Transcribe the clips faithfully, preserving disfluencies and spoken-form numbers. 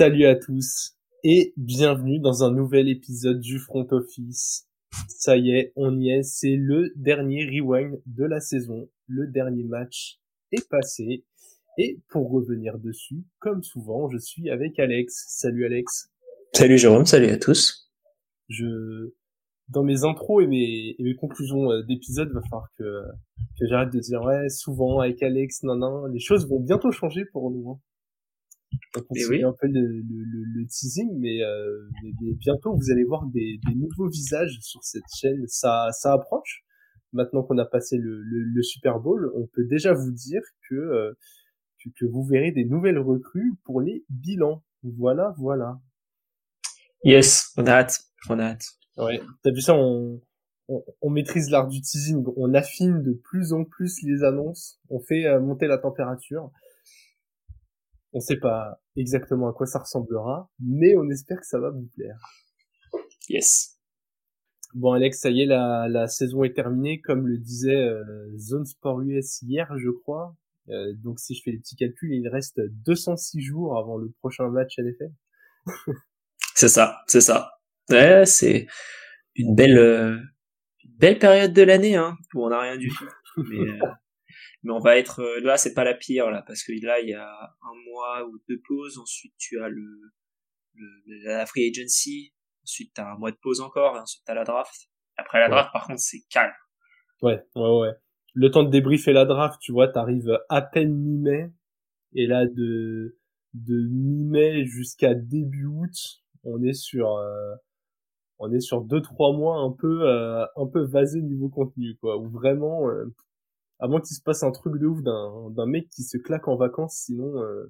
Salut à tous et bienvenue dans un nouvel épisode du Front Office. Ça y est, on y est, c'est le dernier rewind de la saison. Le dernier match est passé et pour revenir dessus, comme souvent, je suis avec Alex. Salut Alex. Salut Jérôme, salut à tous. Je, dans mes intros et mes, et mes conclusions d'épisode, va falloir que, que j'arrête de dire ouais, souvent avec Alex, non, non, les choses vont bientôt changer pour nous. Hein. On continue oui. un peu le, le, le, le teasing, mais, euh, mais, mais bientôt vous allez voir des, des nouveaux visages sur cette chaîne. Ça, ça approche. Maintenant qu'on a passé le, le, le Super Bowl, on peut déjà vous dire que, euh, que que vous verrez des nouvelles recrues pour les bilans. Voilà, voilà. Yes, on a hâte, on a hâte. Ouais, t'as vu ça, on, on, on maîtrise l'art du teasing. On affine de plus en plus les annonces. On fait euh, monter la température. On sait pas exactement à quoi ça ressemblera, mais on espère que ça va vous plaire. Yes. Bon Alex, ça y est, la, la saison est terminée, comme le disait euh, Zone Sport U S hier, je crois. Euh, donc si je fais les petits calculs, il reste deux cent six jours avant le prochain match N F L. C'est ça, c'est ça. Ouais, c'est une belle, euh, une belle période de l'année, hein, où on n'a rien du tout. Mais, euh, mais on va être euh, là, c'est pas la pire là, parce que là il y a un mois ou deux pauses. Ensuite tu as le, le la free agency. Ensuite t'as un mois de pause encore. Et ensuite t'as la draft. Après la draft, ouais. Par contre, c'est calme. Ouais, ouais, ouais. Le temps de débriefer la draft, tu vois, t'arrives à peine mi-mai, et là de de mi-mai jusqu'à début août, on est sur euh, on est sur deux trois mois un peu euh, un peu vasé niveau contenu, quoi. Où vraiment, euh, à moins qu'il se passe un truc de ouf d'un d'un mec qui se claque en vacances, sinon euh,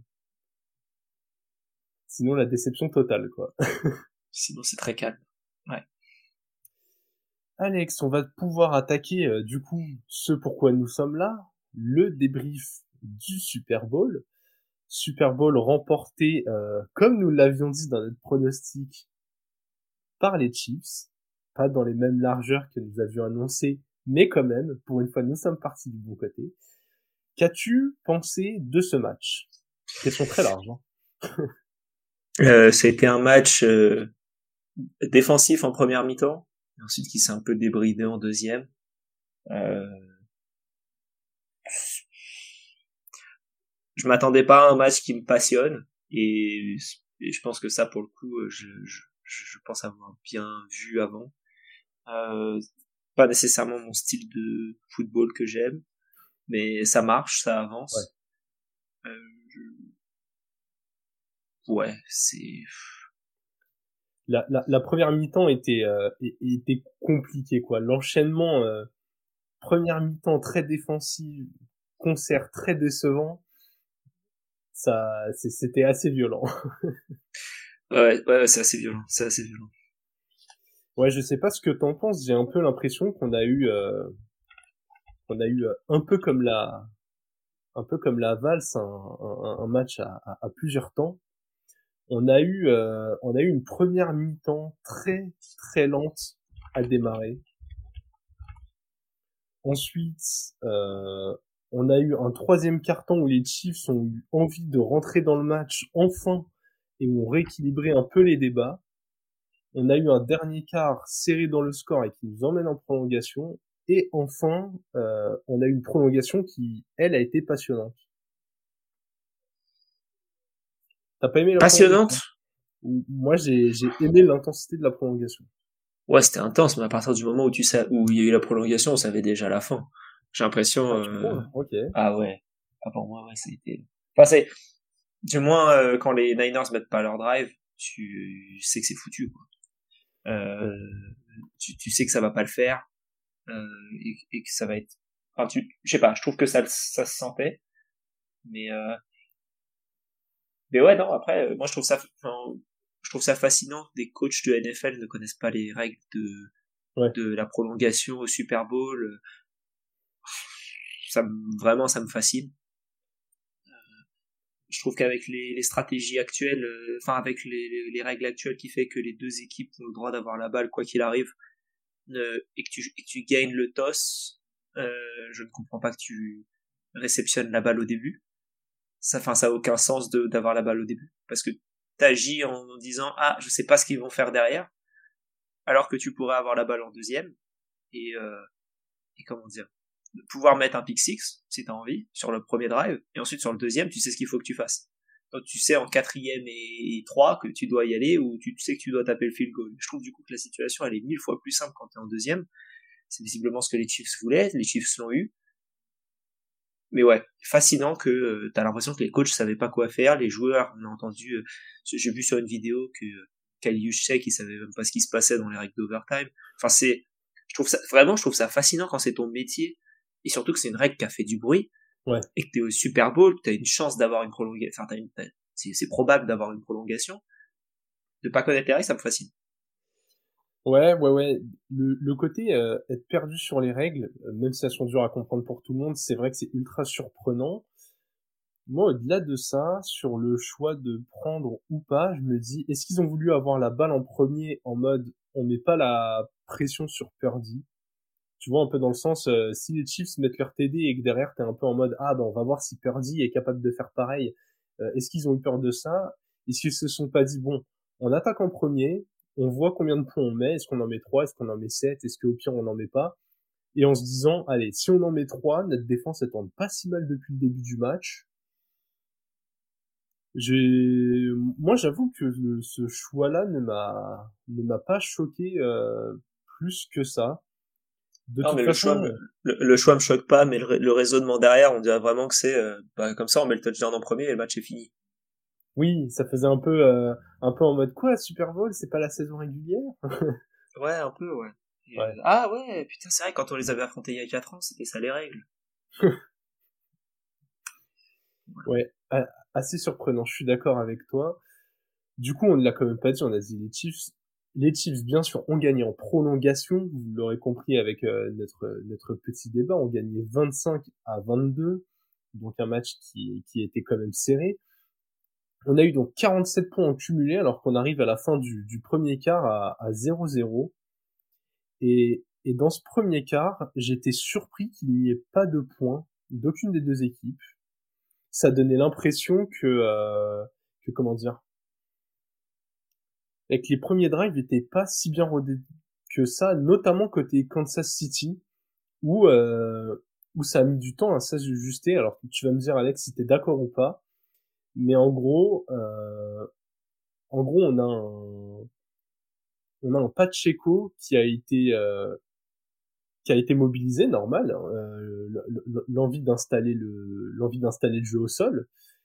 sinon la déception totale, quoi. Sinon c'est très calme. Ouais. Alex, on va pouvoir attaquer euh, du coup ce pourquoi nous sommes là, le débrief du Super Bowl. Super Bowl remporté, euh, comme nous l'avions dit dans notre pronostic, par les Chiefs, pas dans les mêmes largeurs que nous avions annoncé, mais quand même, pour une fois, nous sommes partis du bon côté. Qu'as-tu pensé de ce match? Question très large. Hein. euh, c'était un match euh, défensif en première mi-temps, ensuite qui s'est un peu débridé en deuxième. Euh... Je m'attendais pas à un match qui me passionne, et, et je pense que ça, pour le coup, je, je, je pense avoir bien vu avant. Euh, pas nécessairement mon style de football que j'aime, mais ça marche, ça avance. Ouais, euh, je... ouais c'est... La, la, la première mi-temps était, euh, était compliquée, quoi. L'enchaînement, euh, première mi-temps très défensive, concert très décevant, ça, c'était assez violent. ouais, ouais, c'est assez violent, c'est assez violent. Ouais, je sais pas ce que t'en penses. J'ai un peu l'impression qu'on a eu, euh, qu'on a eu un peu comme la, un peu comme la valse, un, un, un match à, à, à plusieurs temps. On a eu, euh, on a eu une première mi-temps très très lente à démarrer. Ensuite, euh, on a eu un troisième quart-temps où les Chiefs ont eu envie de rentrer dans le match enfin et ont rééquilibré un peu les débats. On a eu un dernier quart serré dans le score et qui nous emmène en prolongation. Et enfin, euh, on a eu une prolongation qui, elle, a été passionnante. T'as pas aimé la passionnante? Moi, j'ai, j'ai aimé l'intensité de la prolongation. Ouais, c'était intense, mais à partir du moment où tu sais, où il y a eu la prolongation, on savait déjà la fin. J'ai l'impression. Ah, euh... ok. Ah ouais. Ah pour moi, ouais, ça a été. Enfin, c'est du moins euh, quand les Niners mettent pas leur drive, tu sais que c'est foutu, quoi. Euh, tu, tu sais que ça va pas le faire euh, et, et que ça va être. Enfin, tu, je sais pas. Je trouve que ça, ça se sentait, mais euh... mais ouais, non. Après, moi, je trouve ça. Enfin, je trouve ça fascinant. Des coachs de N F L ne connaissent pas les règles de ouais. de la prolongation au Super Bowl. Ça me, vraiment, ça me fascine. Je trouve qu'avec les, les stratégies actuelles, euh, enfin avec les, les, les règles actuelles qui fait que les deux équipes ont le droit d'avoir la balle quoi qu'il arrive, euh, et, que tu, et que tu gagnes le toss, euh, je ne comprends pas que tu réceptionnes la balle au début. Ça, enfin, ça a aucun sens de d'avoir la balle au début, parce que t'agis en disant ah je sais pas ce qu'ils vont faire derrière, alors que tu pourrais avoir la balle en deuxième et euh, et comment dire, pouvoir mettre un pick six si t'as envie sur le premier drive, et ensuite sur le deuxième tu sais ce qu'il faut que tu fasses. Donc tu sais en quatrième et trois que tu dois y aller, ou tu sais que tu dois taper le field goal. Je trouve du coup que la situation elle est mille fois plus simple quand t'es en deuxième. C'est visiblement ce que les Chiefs voulaient, les Chiefs l'ont eu. Mais ouais, fascinant que euh, t'as l'impression que les coachs savaient pas quoi faire, les joueurs, on a entendu, euh, j'ai vu sur une vidéo que euh, Kyle Juszczyk, il savait même pas ce qui se passait dans les règles d'overtime. Enfin c'est, je trouve ça, vraiment je trouve ça fascinant quand c'est ton métier, et surtout que c'est une règle qui a fait du bruit, ouais. Et que t'es au Super Bowl, t'as une chance d'avoir une prolongation, enfin t'as une, t'as, c'est, c'est probable d'avoir une prolongation, de pas connaître les règles, ça me fascine. Ouais, ouais, ouais. Le, le côté euh, être perdu sur les règles, euh, même si elles sont dures à comprendre pour tout le monde, c'est vrai que c'est ultra surprenant. Moi, au-delà de ça, sur le choix de prendre ou pas, je me dis, est-ce qu'ils ont voulu avoir la balle en premier en mode on met pas la pression sur Purdy? Tu vois, un peu dans le sens, euh, si les Chiefs mettent leur T D et que derrière t'es un peu en mode ah ben on va voir si Purdy est capable de faire pareil. Euh, est-ce qu'ils ont eu peur de ça? Est-ce qu'ils se sont pas dit bon, on attaque en premier, on voit combien de points on met, est-ce qu'on en met trois, est-ce qu'on en met sept, est-ce qu'au pire on n'en met pas? Et en se disant allez, si on en met trois, notre défense elle tourne pas si mal depuis le début du match. J'ai, moi j'avoue que le, ce choix-là ne m'a ne m'a pas choqué euh, plus que ça. De Non toute mais le façon, choix, me, le, le choix me choque pas, mais le, le raisonnement derrière, on dirait vraiment que c'est, euh, bah, comme ça on met le touchdown en premier et le match est fini. oui, ça faisait un peu euh, un peu en mode quoi, Super Bowl, c'est pas la saison régulière? Ouais, un peu, ouais. Et, Ouais. euh, ah ouais, putain, c'est vrai, quand on les avait affrontés il y a quatre ans, c'était ça les règles. Ouais, a- assez surprenant, je suis d'accord avec toi. Du coup, on ne l'a quand même pas dit, on a dit les Chiefs. Les Chiefs, bien sûr, ont gagné en prolongation, vous l'aurez compris avec euh, notre notre petit débat, ont gagné vingt-cinq à vingt-deux, donc un match qui qui était quand même serré. On a eu donc quarante-sept points en cumulé alors qu'on arrive à la fin du, du premier quart à, à zéro zéro. Et, et dans ce premier quart, j'étais surpris qu'il n'y ait pas de points d'aucune des deux équipes. Ça donnait l'impression que, euh, que comment dire, que les premiers drives étaient pas si bien rodés que ça, notamment côté Kansas City, où euh, où ça a mis du temps à s'ajuster. Alors tu vas me dire Alex si t'es d'accord ou pas, mais en gros, euh, en gros on a un on a un Pacheco qui a été euh, qui a été mobilisé, normal, hein, euh, l'envie d'installer le l'envie d'installer le jeu au sol,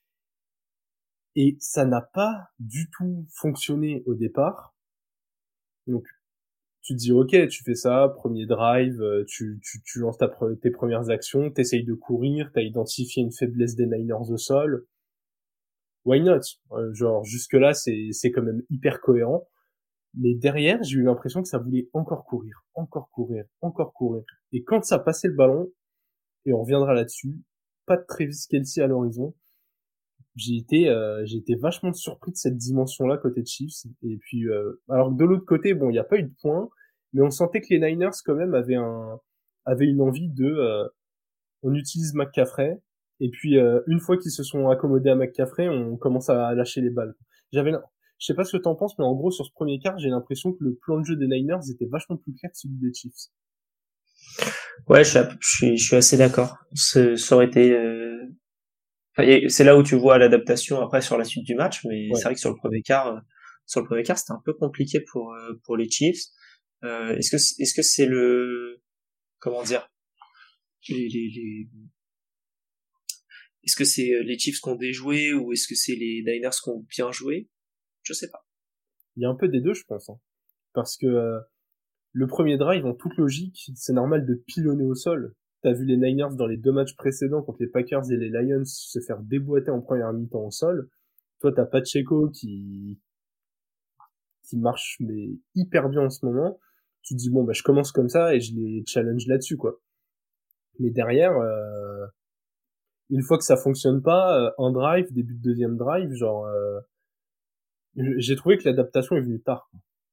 et ça n'a pas du tout fonctionné au départ. Donc tu te dis ok, tu fais ça, premier drive, tu tu, tu lances ta, tes premières actions, t'essayes de courir, t'as identifié une faiblesse des Niners au sol, why not? Euh, genre jusque là c'est c'est quand même hyper cohérent. Mais derrière, j'ai eu l'impression que ça voulait encore courir, encore courir, encore courir. Et quand ça passait le ballon, et on reviendra là-dessus, pas de Travis Kelce à l'horizon, j'ai été, euh, j'ai été vachement surpris de cette dimension-là côté Chiefs. Et puis, euh, alors que de l'autre côté, bon, il n'y a pas eu de points, mais on sentait que les Niners quand même avaient un, avaient une envie de, euh, on utilise McCaffrey, et puis euh, une fois qu'ils se sont accommodés à McCaffrey, on commence à lâcher les balles. J'avais, je sais pas ce que t'en penses, mais en gros sur ce premier quart, j'ai l'impression que le plan de jeu des Niners était vachement plus clair que celui des Chiefs. Ouais, je suis, je suis, je suis assez d'accord. Ce, ça aurait été, euh... enfin, c'est là où tu vois l'adaptation après sur la suite du match, mais Ouais. c'est vrai que sur le premier quart, euh, sur le premier quart, c'était un peu compliqué pour euh, pour les Chiefs. Euh, est-ce que est-ce que c'est le, comment dire, les, les, les... est-ce que c'est les Chiefs qui ont déjoué, ou est-ce que c'est les Niners qui ont bien joué? Je sais pas. Il y a un peu des deux, je pense, hein. Parce que euh, le premier drive, en toute logique, c'est normal de pilonner au sol. T'as vu les Niners dans les deux matchs précédents contre les Packers et les Lions se faire déboîter en première mi-temps au sol. Toi, t'as Pacheco qui qui marche mais hyper bien en ce moment. Tu te dis bon bah je commence comme ça et je les challenge là-dessus quoi. Mais derrière, euh, une fois que ça fonctionne pas, euh, un drive, début de deuxième drive, genre euh, j'ai trouvé que l'adaptation est venue tard.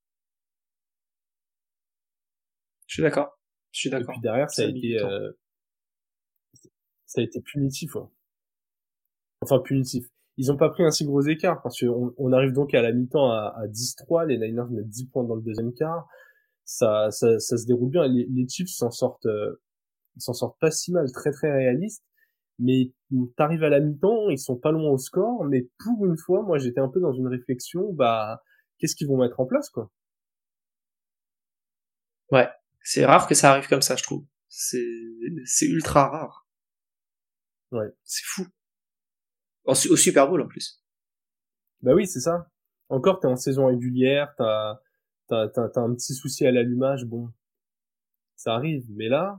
Je suis d'accord. Je suis Et puis d'accord. derrière, ça a Ça a mis du été temps. euh, ça a été punitif. Ouais. Enfin punitif. ils ont pas pris un si gros écart parce qu'on on arrive donc à la mi-temps à, à dix trois, les Niners mettent dix points dans le deuxième quart. Ça, ça, ça se déroule bien. Les, les Chiefs s'en sortent, euh, s'en sortent pas si mal, très très réalistes. Mais t'arrives à la mi-temps, ils sont pas loin au score, mais pour une fois, moi j'étais un peu dans une réflexion, bah qu'est-ce qu'ils vont mettre en place, quoi. Ouais, c'est rare que ça arrive comme ça, je trouve. C'est c'est ultra rare. Ouais. C'est fou. Au, au Super Bowl en plus. Bah oui, c'est ça. Encore, t'es en saison régulière, t'as t'as t'as, t'as un petit souci à l'allumage, bon, ça arrive. Mais là,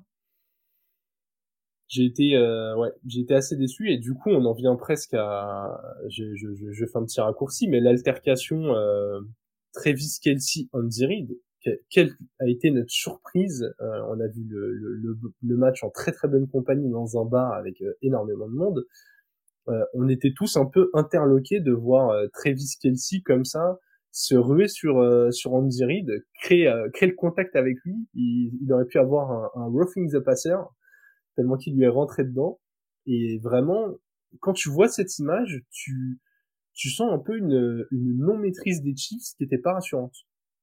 j'ai été euh, ouais, j'ai été assez déçu et du coup, on en vient presque à, je je je, je fais un petit raccourci, mais l'altercation euh, Travis Kelce Andy Reid, quelle a été notre surprise. Euh, on a vu le, le le le match en très très bonne compagnie dans un bar avec euh, énormément de monde. Euh, on était tous un peu interloqués de voir euh, Travis Kelce comme ça se ruer sur euh, sur Andy Reid, créer euh, créer le contact avec lui. Il, il aurait pu avoir un, un roughing the passer tellement qu'il lui est rentré dedans. Et vraiment, quand tu vois cette image, tu tu sens un peu une une non maîtrise des Chiefs qui était pas rassurante.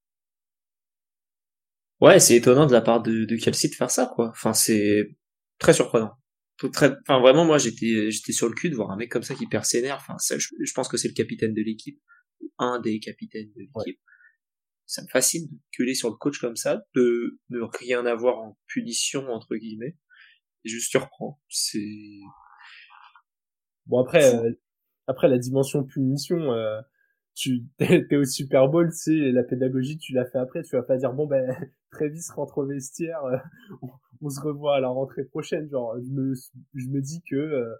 Ouais, c'est étonnant de la part de, de Kelsey de faire ça, quoi. Enfin, c'est très surprenant. Très, enfin, vraiment, moi, j'étais, j'étais sur le cul de voir un mec comme ça qui perd ses nerfs. Enfin, ça, je, je pense que c'est le capitaine de l'équipe, un des capitaines de l'équipe. Ouais. Ça me fascine de gueuler sur le coach comme ça, de ne rien avoir en punition, entre guillemets. Et juste surprend. C'est... Bon, après, euh, après la dimension punition, euh, tu t'es, t'es au Super Bowl, tu sais, la pédagogie, tu l'as fait après, tu vas pas dire, bon, ben, Travis rentre au vestiaire, euh, on, on se revoit à la rentrée prochaine, genre, je me, je me dis que, euh,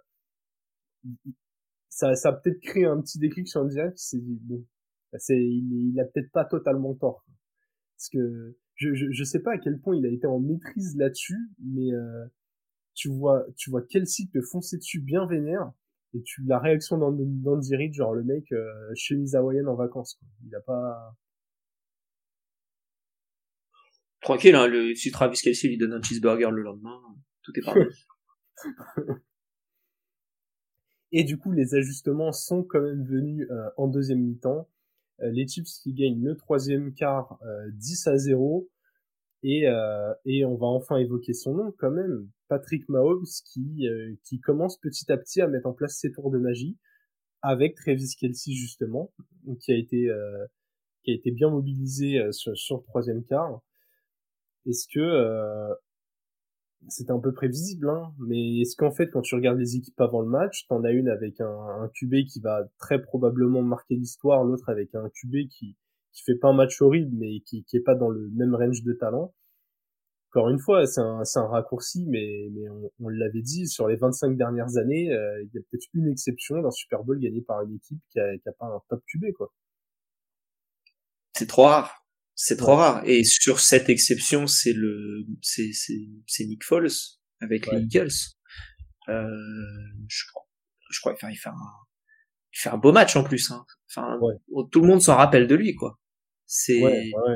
ça, ça a peut-être créé un petit déclic sur un direct qui s'est dit, bon, bah, c'est, il, il a peut-être pas totalement tort. Parce que, je, je, je sais pas à quel point il a été en maîtrise là-dessus, mais, euh, tu vois, tu vois Kelsey te foncer dessus bien vénère, et tu, la réaction d'Andy Reid, genre le mec, euh, chemise hawaïenne en vacances, quoi. Il a pas... Tranquille, hein, le, si Travis Kelce lui donne un cheeseburger le lendemain, tout est pardon. Et du coup, les ajustements sont quand même venus euh, en deuxième mi-temps. Euh, les Chiefs qui gagnent le troisième quart euh, dix à zéro. Et, euh, et on va enfin évoquer son nom quand même, Patrick Mahomes, qui, euh, qui commence petit à petit à mettre en place ses tours de magie, avec Travis Kelce justement, qui a été, euh, qui a été bien mobilisé euh, sur, sur le troisième quart. Est-ce que euh, c'était un peu prévisible, hein, mais est-ce qu'en fait, quand tu regardes les équipes avant le match, t'en as une avec un, un Q B qui va très probablement marquer l'histoire, l'autre avec un Q B qui qui fait pas un match horrible, mais qui qui est pas dans le même range de talent. Encore une fois, c'est un c'est un raccourci, mais mais on, on l'avait dit, sur les vingt-cinq dernières années, euh, il y a peut-être une exception d'un Super Bowl gagné par une équipe qui a qui a pas un top Q B, quoi. C'est trop rare. C'est trop Ouais. rare. Et sur cette exception, c'est le, c'est, c'est, c'est Nick Foles avec Ouais. les Eagles. Euh, je crois, je crois, enfin, il fait un, il fait un beau match en plus, hein. Enfin, Ouais. tout le monde s'en rappelle de lui, quoi. Ouais, C'est, ouais.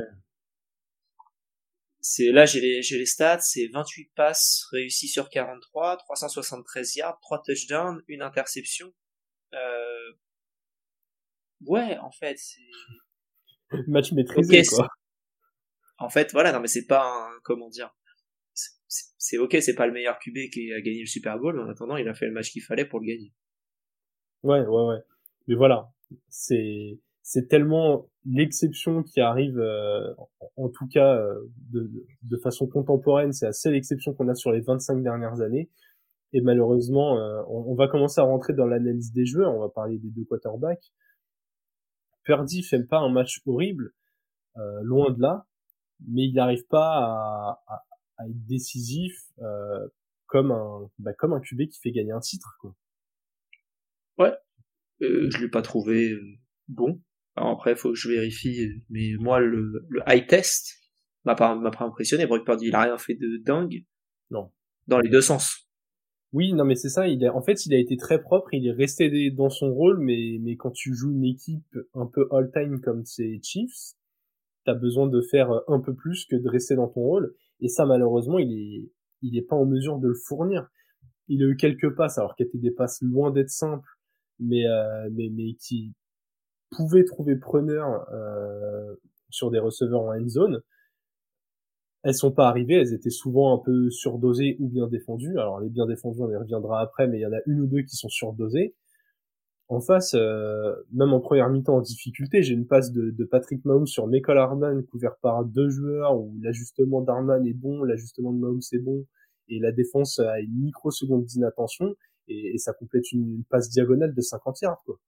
c'est, là, j'ai les, j'ai les stats, c'est vingt-huit passes réussies sur quarante-trois, trois cent soixante-treize yards, trois touchdowns, une interception. Euh, ouais, en fait, c'est, Match ok, maîtrisé, quoi. en fait, voilà, non, mais c'est pas un, comment dire, c'est, c'est ok, c'est pas le meilleur Q B qui a gagné le Super Bowl, mais en attendant, il a fait le match qu'il fallait pour le gagner. Ouais, ouais, ouais. Mais voilà, c'est c'est tellement l'exception qui arrive, euh, en, en tout cas euh, de, de façon contemporaine, c'est la seule exception qu'on a sur les vingt-cinq dernières années. Et malheureusement, euh, on, on va commencer à rentrer dans l'analyse des joueurs. On va parler des deux quarterbacks. Purdy fait pas un match horrible, euh, loin de là, mais il n'arrive pas à, à, à être décisif euh, comme un bah, comme un Q B qui fait gagner un titre, quoi. Ouais, euh, je l'ai pas trouvé euh, bon. Alors après, faut que je vérifie, mais moi, le, le high test m'a pas, m'a pas impressionné. Brock Purdy, il a rien fait de dingue Non. dans les deux sens. Oui, non, mais c'est ça. Il est, en fait, il a été très propre. Il est resté des- dans son rôle, mais mais quand tu joues une équipe un peu all-time comme ces Chiefs, t'as besoin de faire un peu plus que de rester dans ton rôle. Et ça, malheureusement, il est il est pas en mesure de le fournir. Il a eu quelques passes, alors qu'elles étaient des passes loin d'être simples, mais euh, mais mais qui pouvaient trouver preneur euh, sur des receveurs en end zone. Elles sont pas arrivées, elles étaient souvent un peu surdosées ou bien défendues. Alors les bien défendues, on y reviendra après, mais il y en a une ou deux qui sont surdosées. En face, euh, même en première mi-temps en difficulté, j'ai une passe de, de Patrick Mahomes sur Mecole Hardman couvert par deux joueurs où l'ajustement d'Hardman est bon, l'ajustement de Mahomes est bon, et la défense a une microseconde d'inattention, et, et ça complète une, une passe diagonale de cinquante yards, quoi.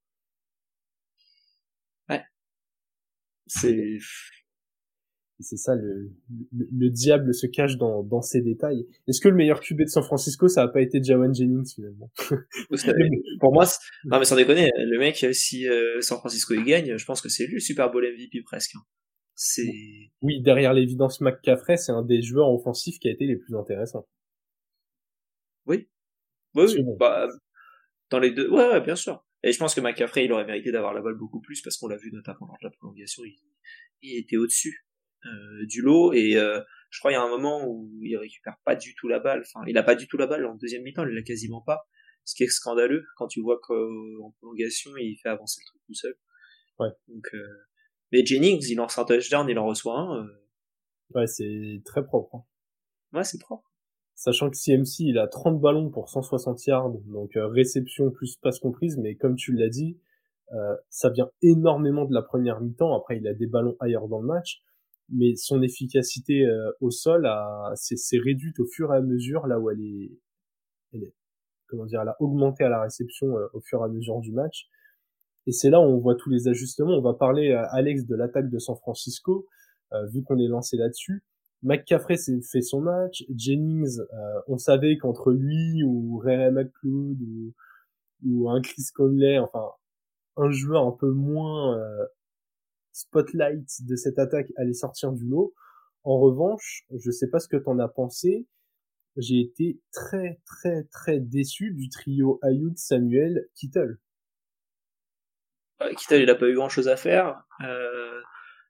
Ouais. C'est... Et c'est ça, le, le, le diable se cache dans, dans ces détails. Est-ce que le meilleur Q B de San Francisco, ça a pas été Jawan Jennings, finalement? Pour moi, c'est... non mais sans déconner, le mec, si euh, San Francisco il gagne, je pense que c'est lui le Super Bowl M V P presque. C'est... Oui, derrière l'évidence McCaffrey, c'est un des joueurs offensifs qui a été les plus intéressants. Oui. Oui, oui. Bon. Bah, dans les deux, ouais, ouais, bien sûr. Et je pense que McCaffrey, il aurait mérité d'avoir la balle beaucoup plus parce qu'on l'a vu notamment lors de la prolongation, il, il était au-dessus euh, du lot et euh, je crois il y a un moment où il récupère pas du tout la balle. Enfin, il a pas du tout la balle en deuxième mi-temps, il l'a quasiment pas. Ce qui est scandaleux quand tu vois qu'en prolongation, il fait avancer le truc tout seul. Ouais. Donc, euh... mais Jennings, il lance un touchdown, il en reçoit un. Euh... Ouais, c'est très propre. Hein. Ouais, c'est propre. Sachant que C M C, il a trente ballons pour cent soixante yards, donc euh, réception plus passe comprise, mais comme tu l'as dit, euh, ça vient énormément de la première mi-temps. Après, il a des ballons ailleurs dans le match, mais son efficacité euh, au sol a, c'est, c'est réduite au fur et à mesure, là où elle est, elle est comment dire, elle a augmenté à la réception euh, au fur et à mesure du match. Et c'est là où on voit tous les ajustements. On va parler, euh, Alex, de l'attaque de San Francisco, euh, vu qu'on est lancé là-dessus. McCaffrey s'est fait son match. Jennings, euh, on savait qu'entre lui ou Ray McLeod ou, ou un Chris Conley, enfin un joueur un peu moins euh, spotlight de cette attaque allait sortir du lot. En revanche, je sais pas ce que t'en as pensé, j'ai été très très très déçu du trio Ayuk, Samuel, Kittle. Euh, Kittle, il a pas eu grand chose à faire. Euh...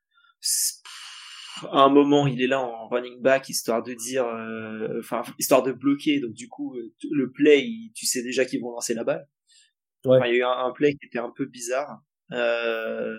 À un moment, il est là en running back, histoire de dire, euh, enfin, histoire de bloquer. Donc du coup, le play, il, tu sais déjà qu'ils vont lancer la balle. Ouais. Enfin, il y a eu un, un play qui était un peu bizarre. Euh...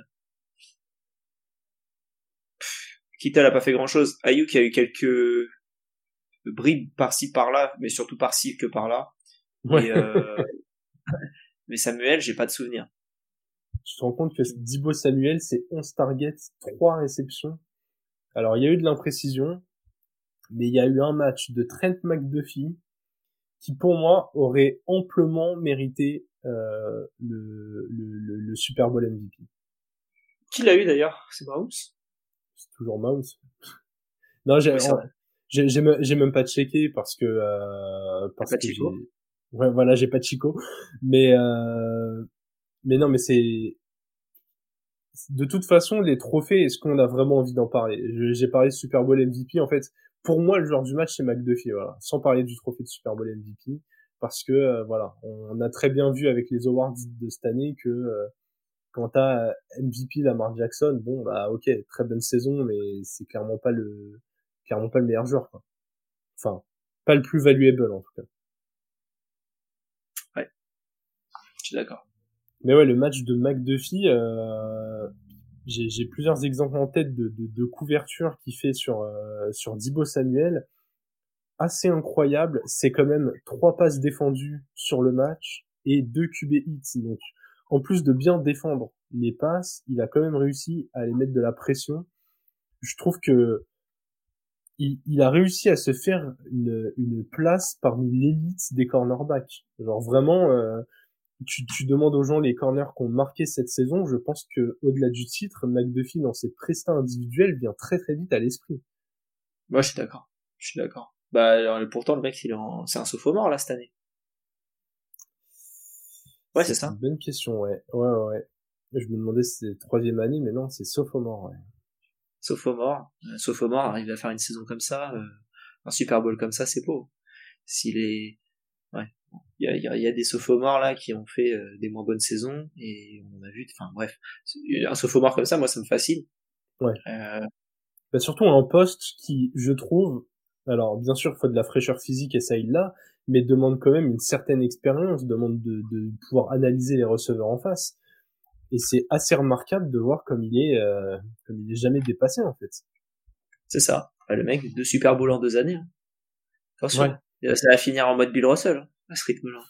Kittle a pas fait grand chose. Ayuk a eu quelques bribes par-ci par-là, mais surtout par-ci que par-là. Ouais. Et euh... mais Samuel, j'ai pas de souvenir. Tu te rends compte que Deebo Samuel, c'est onze targets, trois réceptions. Alors, il y a eu de l'imprécision, mais il y a eu un match de Trent McDuffie qui, pour moi, aurait amplement mérité euh, le, le, le, le Super Bowl M V P. Qui l'a eu d'ailleurs? C'est Mahomes? C'est toujours Mahomes. Non, j'ai, oui, en, j'ai, j'ai, j'ai même pas checké parce que euh, parce pas que Chico. j'ai, ouais, voilà, j'ai pas de Chico, mais euh, mais non, mais c'est de toute façon, les trophées, est-ce qu'on a vraiment envie d'en parler? J'ai parlé de Super Bowl M V P. En fait, pour moi, le joueur du match, c'est McDuffie, voilà. Sans parler du trophée de Super Bowl M V P. Parce que, euh, voilà, on a très bien vu avec les awards de cette année que euh, quand t'as M V P Lamar Jackson, bon, bah, ok, très bonne saison, mais c'est clairement pas le, clairement pas le meilleur joueur, quoi. Enfin, pas le plus valuable, en tout cas. Ouais. Je suis d'accord. Mais ouais, le match de McDuffie, euh, j'ai, j'ai plusieurs exemples en tête de, de, de couverture qu'il fait sur, euh, sur Deebo Samuel. Assez incroyable. C'est quand même trois passes défendues sur le match et deux Q B hits. Donc, en plus de bien défendre les passes, il a quand même réussi à les mettre de la pression. Je trouve que il, il a réussi à se faire une, une place parmi l'élite des cornerbacks. Genre vraiment, euh, Tu, tu demandes aux gens les corners qu'on marqué cette saison, je pense que au-delà du titre, McDuffie dans ses prestats individuels vient très très vite à l'esprit. Moi, je suis d'accord. Je suis d'accord. Bah, alors, pourtant, le mec, il est en... c'est un sophomore, là, cette année. Ouais, c'est, c'est ça. C'est une bonne question, ouais. Ouais, ouais, ouais. Je me demandais si c'était troisième année, mais non, c'est sophomore, ouais. Sophomore. Euh, sophomore arrive à faire une saison comme ça, euh, un Super Bowl comme ça, c'est beau. S'il est, ouais. Il y a, il y a, il y a des sophomores là qui ont fait euh, des moins bonnes saisons et on a vu, enfin bref, un sophomore comme ça, moi ça me fascine. Ouais. Euh... Bah, surtout un poste qui, je trouve, alors bien sûr il faut de la fraîcheur physique et ça il l'a, mais demande quand même une certaine expérience, demande de, de pouvoir analyser les receveurs en face. Et c'est assez remarquable de voir comme il est, euh, comme il est jamais dépassé en fait. C'est ça. Bah, le mec, deux Super Bowls en deux années. Hein. Attention, ouais. Ça va finir en mode Bill Russell, hein, à ce rythme-là.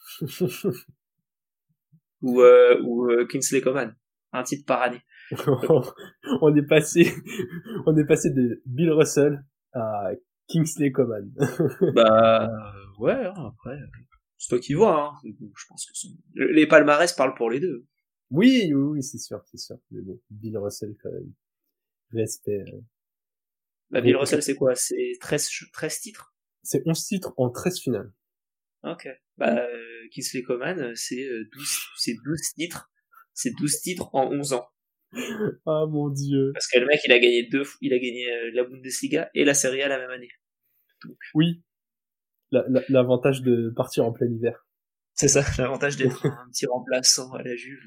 ou euh, ou euh, Kingsley Coman, un titre par année. on est passé, on est passé de Bill Russell à Kingsley Coman. bah ouais, hein, après, c'est toi qui vois. Hein. Je pense que son... les palmarès parlent pour les deux. Oui, oui, oui, c'est sûr, c'est sûr. Mais bon, Bill Russell quand même. Respect. Euh... Bah, Bill Russell, c'est quoi? C'est treize, treize titres? C'est onze titres en treize finales. Ok. Bah, euh, Kingsley Coman, c'est douze, c'est douze titres. C'est douze titres en onze ans. Ah, mon dieu. Parce que le mec, il a gagné deux, il a gagné euh, la Bundesliga et la Serie A la même année. Donc... Oui. La, la, l'avantage de partir en plein hiver. C'est ça, l'avantage d'être un petit remplaçant à la Juve.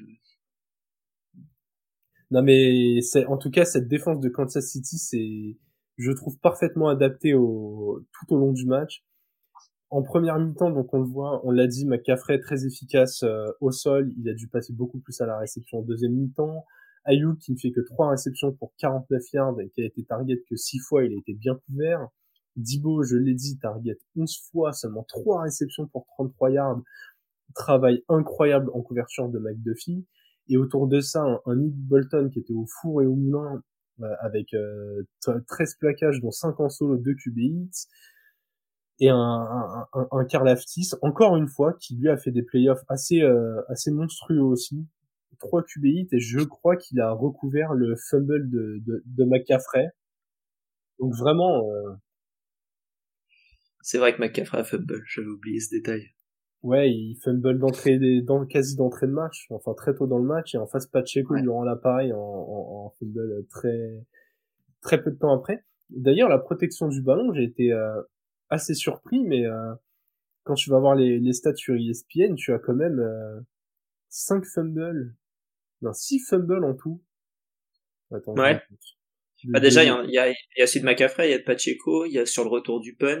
Non, mais c'est, en tout cas, cette défense de Kansas City, c'est, je trouve parfaitement adapté au, tout au long du match. En première mi-temps, donc on le voit, on l'a dit, McCaffrey très efficace euh, au sol, il a dû passer beaucoup plus à la réception en deuxième mi-temps. Ayuk qui ne fait que trois réceptions pour quarante-neuf yards et qui a été target que six fois, il a été bien couvert. Debo, je l'ai dit, target onze fois, seulement trois réceptions pour trente-trois yards. Travail incroyable en couverture de McDuffie. Et autour de ça, un, un Nick Bolton qui était au four et au moulin euh, avec euh, treize plaquages, dont cinq en solo, deux Q B hits. Et un, un, un, un Karlaftis, encore une fois, qui lui a fait des playoffs assez, euh, assez monstrueux aussi. trois Q B hits, et je crois qu'il a recouvert le fumble de, de, de McCaffrey. Donc vraiment... Euh... C'est vrai que McCaffrey a fumble, j'avais oublié ce détail. Ouais, il fumble d'entrée, dans, quasi d'entrée de match, enfin très tôt dans le match, et en face Pacheco, ouais. Il lui rend l'appareil en, en, en fumble très, très peu de temps après. D'ailleurs, la protection du ballon, j'ai été euh, assez surpris, mais euh, quand tu vas voir les, les stats sur E S P N, tu as quand même euh, cinq fumbles, non, six fumbles en tout. Attends, ouais. De, bah déjà, il de... y, a, y, y a celui de McCaffrey, il y a de Pacheco, il y a sur le retour du punt.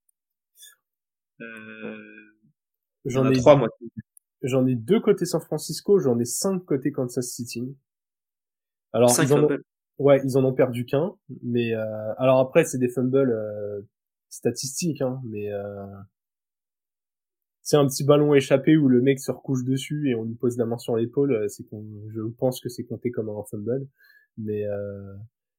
Euh... J'en ai trois, moi. J'en ai deux côté San Francisco, j'en ai cinq côté Kansas City. Alors, cinq ils en ont... fumbles. Ouais, ils en ont perdu qu'un, mais euh... alors après c'est des fumbles euh... statistiques, hein, mais euh... c'est un petit ballon échappé où le mec se recouche dessus et on lui pose la main sur l'épaule, c'est qu'on, je pense que c'est compté comme un fumble, mais euh...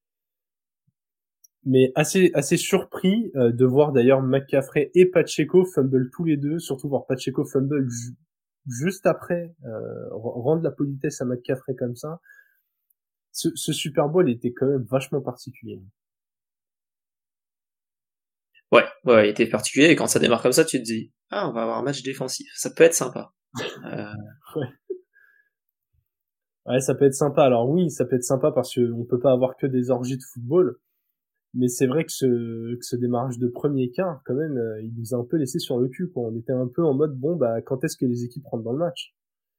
mais assez assez surpris euh, de voir d'ailleurs McCaffrey et Pacheco fumble tous les deux, surtout voir Pacheco fumble ju- juste après euh, rendre la politesse à McCaffrey comme ça. Ce, ce Super Bowl était quand même vachement particulier. Ouais, ouais, il était particulier et quand ça démarre comme ça, tu te dis ah, on va avoir un match défensif, ça peut être sympa. euh... ouais. Ouais, ça peut être sympa. Alors oui, ça peut être sympa parce que on peut pas avoir que des orgies de football. Mais c'est vrai que ce, que ce démarrage de premier quart, quand même, euh, il nous a un peu laissé sur le cul, quoi. On était un peu en mode, bon, bah, quand est-ce que les équipes rentrent dans le match?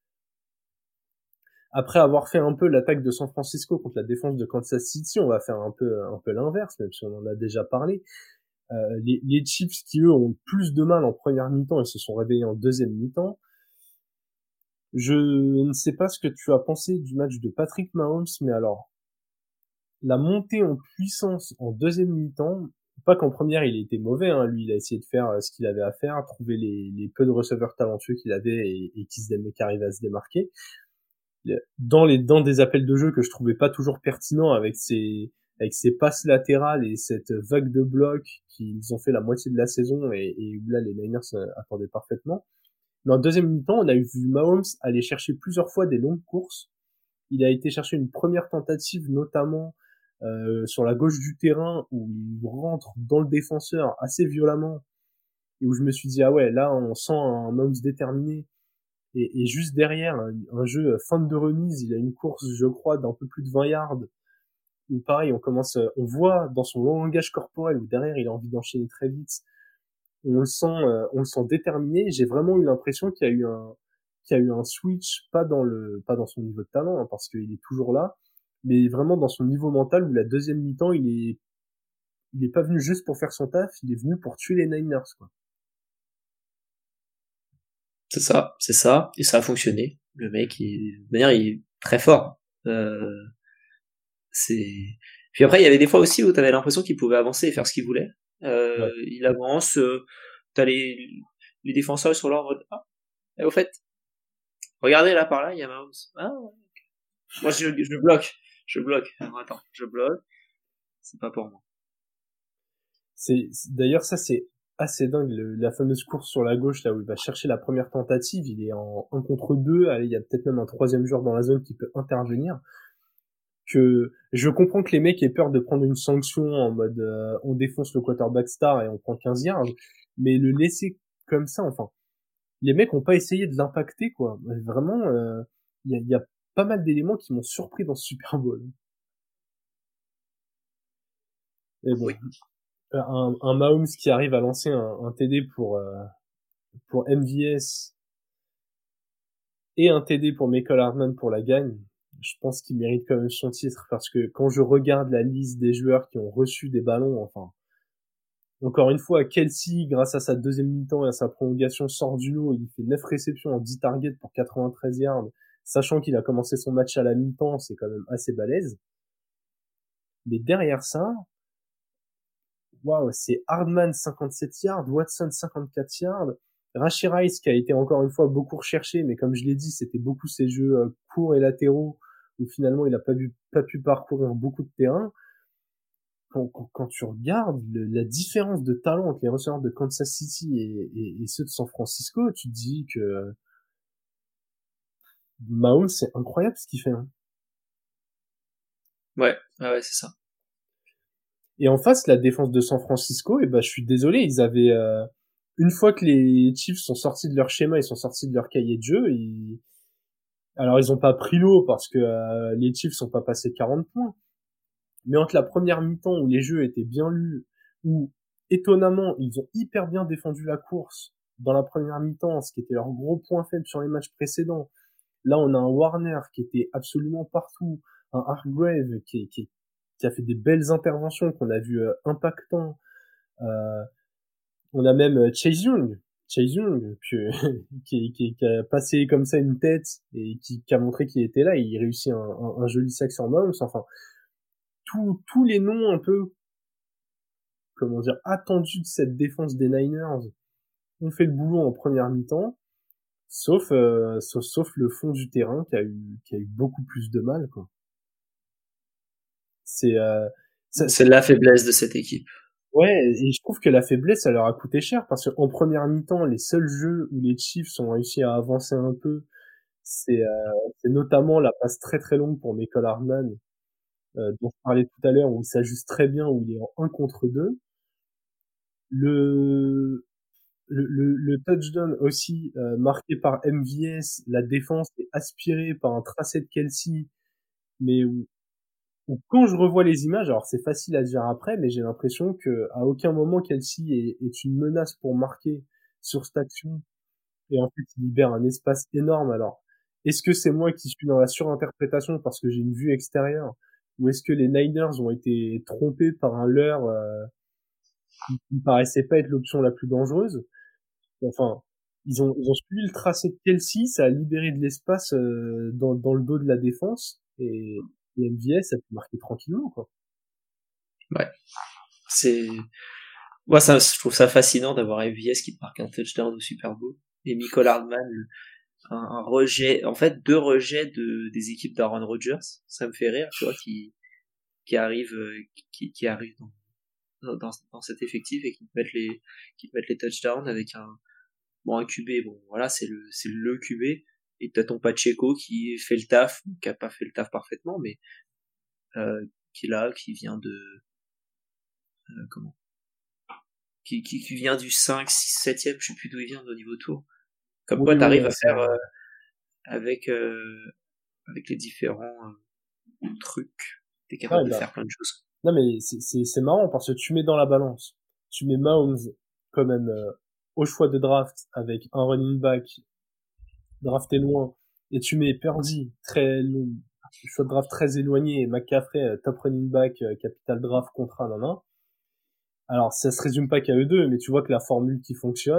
Après avoir fait un peu l'attaque de San Francisco contre la défense de Kansas City, on va faire un peu, un peu l'inverse, même si on en a déjà parlé. Euh, les, les Chiefs qui, eux, ont eu plus de mal en première mi-temps et se sont réveillés en deuxième mi-temps. Je ne sais pas ce que tu as pensé du match de Patrick Mahomes, mais alors, la montée en puissance en deuxième mi-temps, pas qu'en première il était mauvais, hein, lui il a essayé de faire ce qu'il avait à faire, trouver les, les peu de receveurs talentueux qu'il avait et, et qui, qui arrivaient à se démarquer. Dans les dans des appels de jeu que je trouvais pas toujours pertinents avec ses avec ses passes latérales et cette vague de blocs qu'ils ont fait la moitié de la saison et, et où là les Niners attendaient parfaitement. Mais en deuxième mi-temps, on a vu Mahomes aller chercher plusieurs fois des longues courses. Il a été chercher une première tentative notamment Euh, sur la gauche du terrain où il rentre dans le défenseur assez violemment et où je me suis dit ah ouais là on sent un Mahomes déterminé et, et juste derrière un, un jeu fin de remise, il a une course je crois d'un peu plus de vingt yards où pareil on commence on voit dans son langage corporel où derrière il a envie d'enchaîner très vite, on le sent euh, on le sent déterminé. J'ai vraiment eu l'impression qu'il y a eu un qu'il y a eu un switch, pas dans le pas dans son niveau de talent hein, parce qu'il est toujours là, mais vraiment dans son niveau mental où la deuxième mi-temps, il est, il est pas venu juste pour faire son taf, il est venu pour tuer les Niners, quoi. C'est ça, c'est ça, et ça a fonctionné. Le mec, il, de manière, il est très fort. Euh, c'est. Puis après, il y avait des fois aussi où t'avais l'impression qu'il pouvait avancer et faire ce qu'il voulait. Euh, Ouais. il avance, euh, t'as les, les défenseurs ils sont là en mode ah, et au fait, regardez là par là, il y a Mahomes. Ah, ouais. Moi je, je bloque, je bloque. Alors, attends, je bloque. C'est pas pour moi. C'est, d'ailleurs, ça, c'est assez dingue, le, la fameuse course sur la gauche, là où il va chercher la première tentative, il est en un contre deux, allez, il y a peut-être même un troisième joueur dans la zone qui peut intervenir, que je comprends que les mecs aient peur de prendre une sanction en mode euh, on défonce le quarterback star et on prend quinze yards, mais le laisser comme ça, enfin, les mecs ont pas essayé de l'impacter, quoi. Vraiment, il euh, y, a, y a pas mal d'éléments qui m'ont surpris dans ce Super Bowl. Et bon, Oui. un, un Mahomes qui arrive à lancer un, un T D pour euh, pour M V S et un T D pour Michael Hardman pour la gagne, je pense qu'il mérite quand même son titre parce que quand je regarde la liste des joueurs qui ont reçu des ballons, enfin, encore une fois, Kelsey, grâce à sa deuxième mi-temps et à sa prolongation, sort du lot, il fait neuf réceptions en dix targets pour quatre-vingt-treize yards, sachant qu'il a commencé son match à la mi-temps, c'est quand même assez balèze. Mais derrière ça, waouh, c'est Hardman cinquante-sept yards, Watson cinquante-quatre yards, Rashee Rice qui a été encore une fois beaucoup recherché, mais comme je l'ai dit, c'était beaucoup ses jeux euh, courts et latéraux où finalement il a pas pu, pas pu parcourir beaucoup de terrain. Quand, quand, quand tu regardes le, la différence de talent entre les receveurs de Kansas City et, et, et ceux de San Francisco, tu te dis que Mahomes, c'est incroyable ce qu'il fait. Hein. Ouais, ah ouais, c'est ça. Et en face, la défense de San Francisco, et ben, je suis désolé, ils avaient euh, une fois que les Chiefs sont sortis de leur schéma, ils sont sortis de leur cahier de jeu. Ils... Alors ils ont pas pris l'eau parce que euh, les Chiefs sont pas passés de quarante points. Mais entre la première mi-temps où les jeux étaient bien lus, où étonnamment ils ont hyper bien défendu la course dans la première mi-temps, ce qui était leur gros point faible sur les matchs précédents. Là, on a un Warner qui était absolument partout, un Hargrave qui, qui, qui a fait des belles interventions qu'on a vu euh, impactants. Euh, on a même euh, Chase Young, Chase Young que, qui, qui, qui a passé comme ça une tête et qui, qui a montré qu'il était là. Et il réussit un, un, un joli sac sur Mahomes. Enfin, tous tous les noms un peu, comment dire, attendus de cette défense des Niners ont fait le boulot en première mi-temps. Sauf, euh, sauf, sauf le fond du terrain qui a eu, qui a eu beaucoup plus de mal, quoi. C'est, euh, ça, C'est la faiblesse de cette équipe. ouais, et je trouve que la faiblesse, ça leur a coûté cher parce qu'en première mi-temps, les seuls jeux où les Chiefs ont réussi à avancer un peu, c'est, euh, c'est notamment la passe très très longue pour Michael Hardman, euh, dont je parlais tout à l'heure, où il s'ajuste très bien, où il est en un contre deux. Le, le, le, le touchdown aussi euh, marqué par M V S, la défense est aspirée par un tracé de Kelsey, mais où, où quand je revois les images, alors c'est facile à dire après, mais j'ai l'impression que à aucun moment Kelsey est, est une menace pour marquer sur cette action, et en fait il libère un espace énorme. Alors, est-ce que c'est moi qui suis dans la surinterprétation parce que j'ai une vue extérieure, ou est-ce que les Niners ont été trompés par un leurre euh, qui ne paraissait pas être l'option la plus dangereuse? Enfin, ils ont, ils ont suivi le tracé de Kelsey, ça a libéré de l'espace euh, dans, dans le dos de la défense, et, et M V S a pu marquer tranquillement, quoi. Ouais. C'est, moi, ça, je trouve ça fascinant d'avoir M V S qui marque un touchdown au Super Bowl et Michael Hardman, un, un rejet, en fait, deux rejets de, des équipes d'Aaron Rodgers. Ça me fait rire, tu vois, qui, qui arrive, qui, qui arrive dans, dans, dans cet effectif et qui te mettent les, qui te mettent les touchdowns avec un, bon, un Q B, bon, voilà, c'est le, c'est le Q B. Et t'as ton Pacheco qui fait le taf, qui a pas fait le taf parfaitement, mais, euh, qui est là, qui vient de, euh, comment? Qui, qui, qui vient du cinq, six, septième, je sais plus d'où il vient au niveau tour. Comme Oui, quoi oui, t'arrives à c'est faire, euh, avec, euh, avec les différents euh, trucs, t'es capable ouais, de bah, faire plein de choses. non, mais c'est, c'est, c'est marrant parce que tu mets dans la balance, tu mets Mahomes quand même euh, au choix de draft avec un running back drafté loin, et tu mets Purdy très long, choix de draft très éloigné, et McCaffrey euh, top running back, euh, capital draft contrat, nan, nan. Alors, ça se résume pas qu'à eux deux, mais tu vois que la formule qui fonctionne,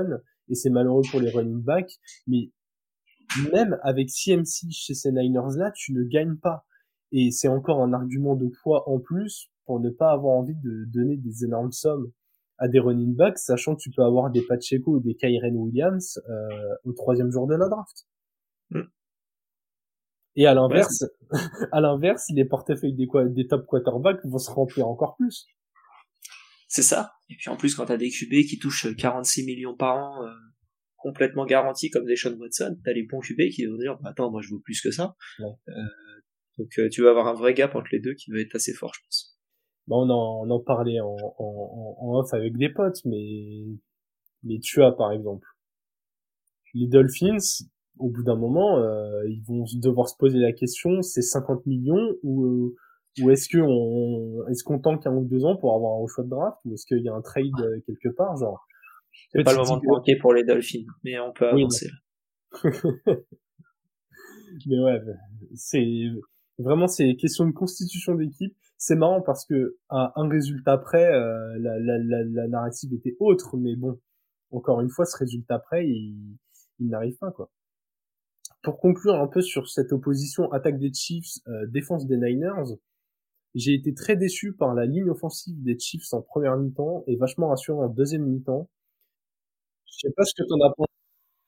et c'est malheureux pour les running backs, mais même avec C M C chez ces Niners-là, tu ne gagnes pas. Et c'est encore un argument de poids en plus pour ne pas avoir envie de donner des énormes sommes à des running backs, sachant que tu peux avoir des Pacheco ou des Kyren Williams euh, au troisième jour de la draft. Mm. Et à l'inverse, ouais, à l'inverse, les portefeuilles des, des top quarterbacks vont se remplir encore plus. C'est ça. Et puis en plus, quand t'as des Q B qui touchent quarante-six millions par an, euh, complètement garantis comme des Sean Watson, t'as les bons Q B qui vont dire, bah, attends, moi je vaux plus que ça. Ouais. Euh, donc euh, tu vas avoir un vrai gap entre les deux qui va être assez fort, je pense. Bah, on en, on en parlait en, en, en off avec des potes, mais, mais tu as par exemple les Dolphins, au bout d'un moment, euh, ils vont devoir se poser la question, c'est cinquante millions ou, euh, ou est-ce que on, est-ce qu'on tank un ou deux ans pour avoir un choix de draft, ou est-ce qu'il y a un trade euh, quelque part, genre. C'est pas le moment de tanker pour les Dolphins, mais on peut avancer oui, là. Mais ouais, c'est vraiment c'est question de constitution d'équipe. C'est marrant parce que à un résultat près, euh, la, la, la, la narrative était autre, mais bon, encore une fois, ce résultat près, il, il n'arrive pas, quoi. Pour conclure un peu sur cette opposition attaque des Chiefs, euh, défense des Niners, j'ai été très déçu par la ligne offensive des Chiefs en première mi-temps et vachement rassurant en deuxième mi-temps. Je sais pas ce que t'en as pensé.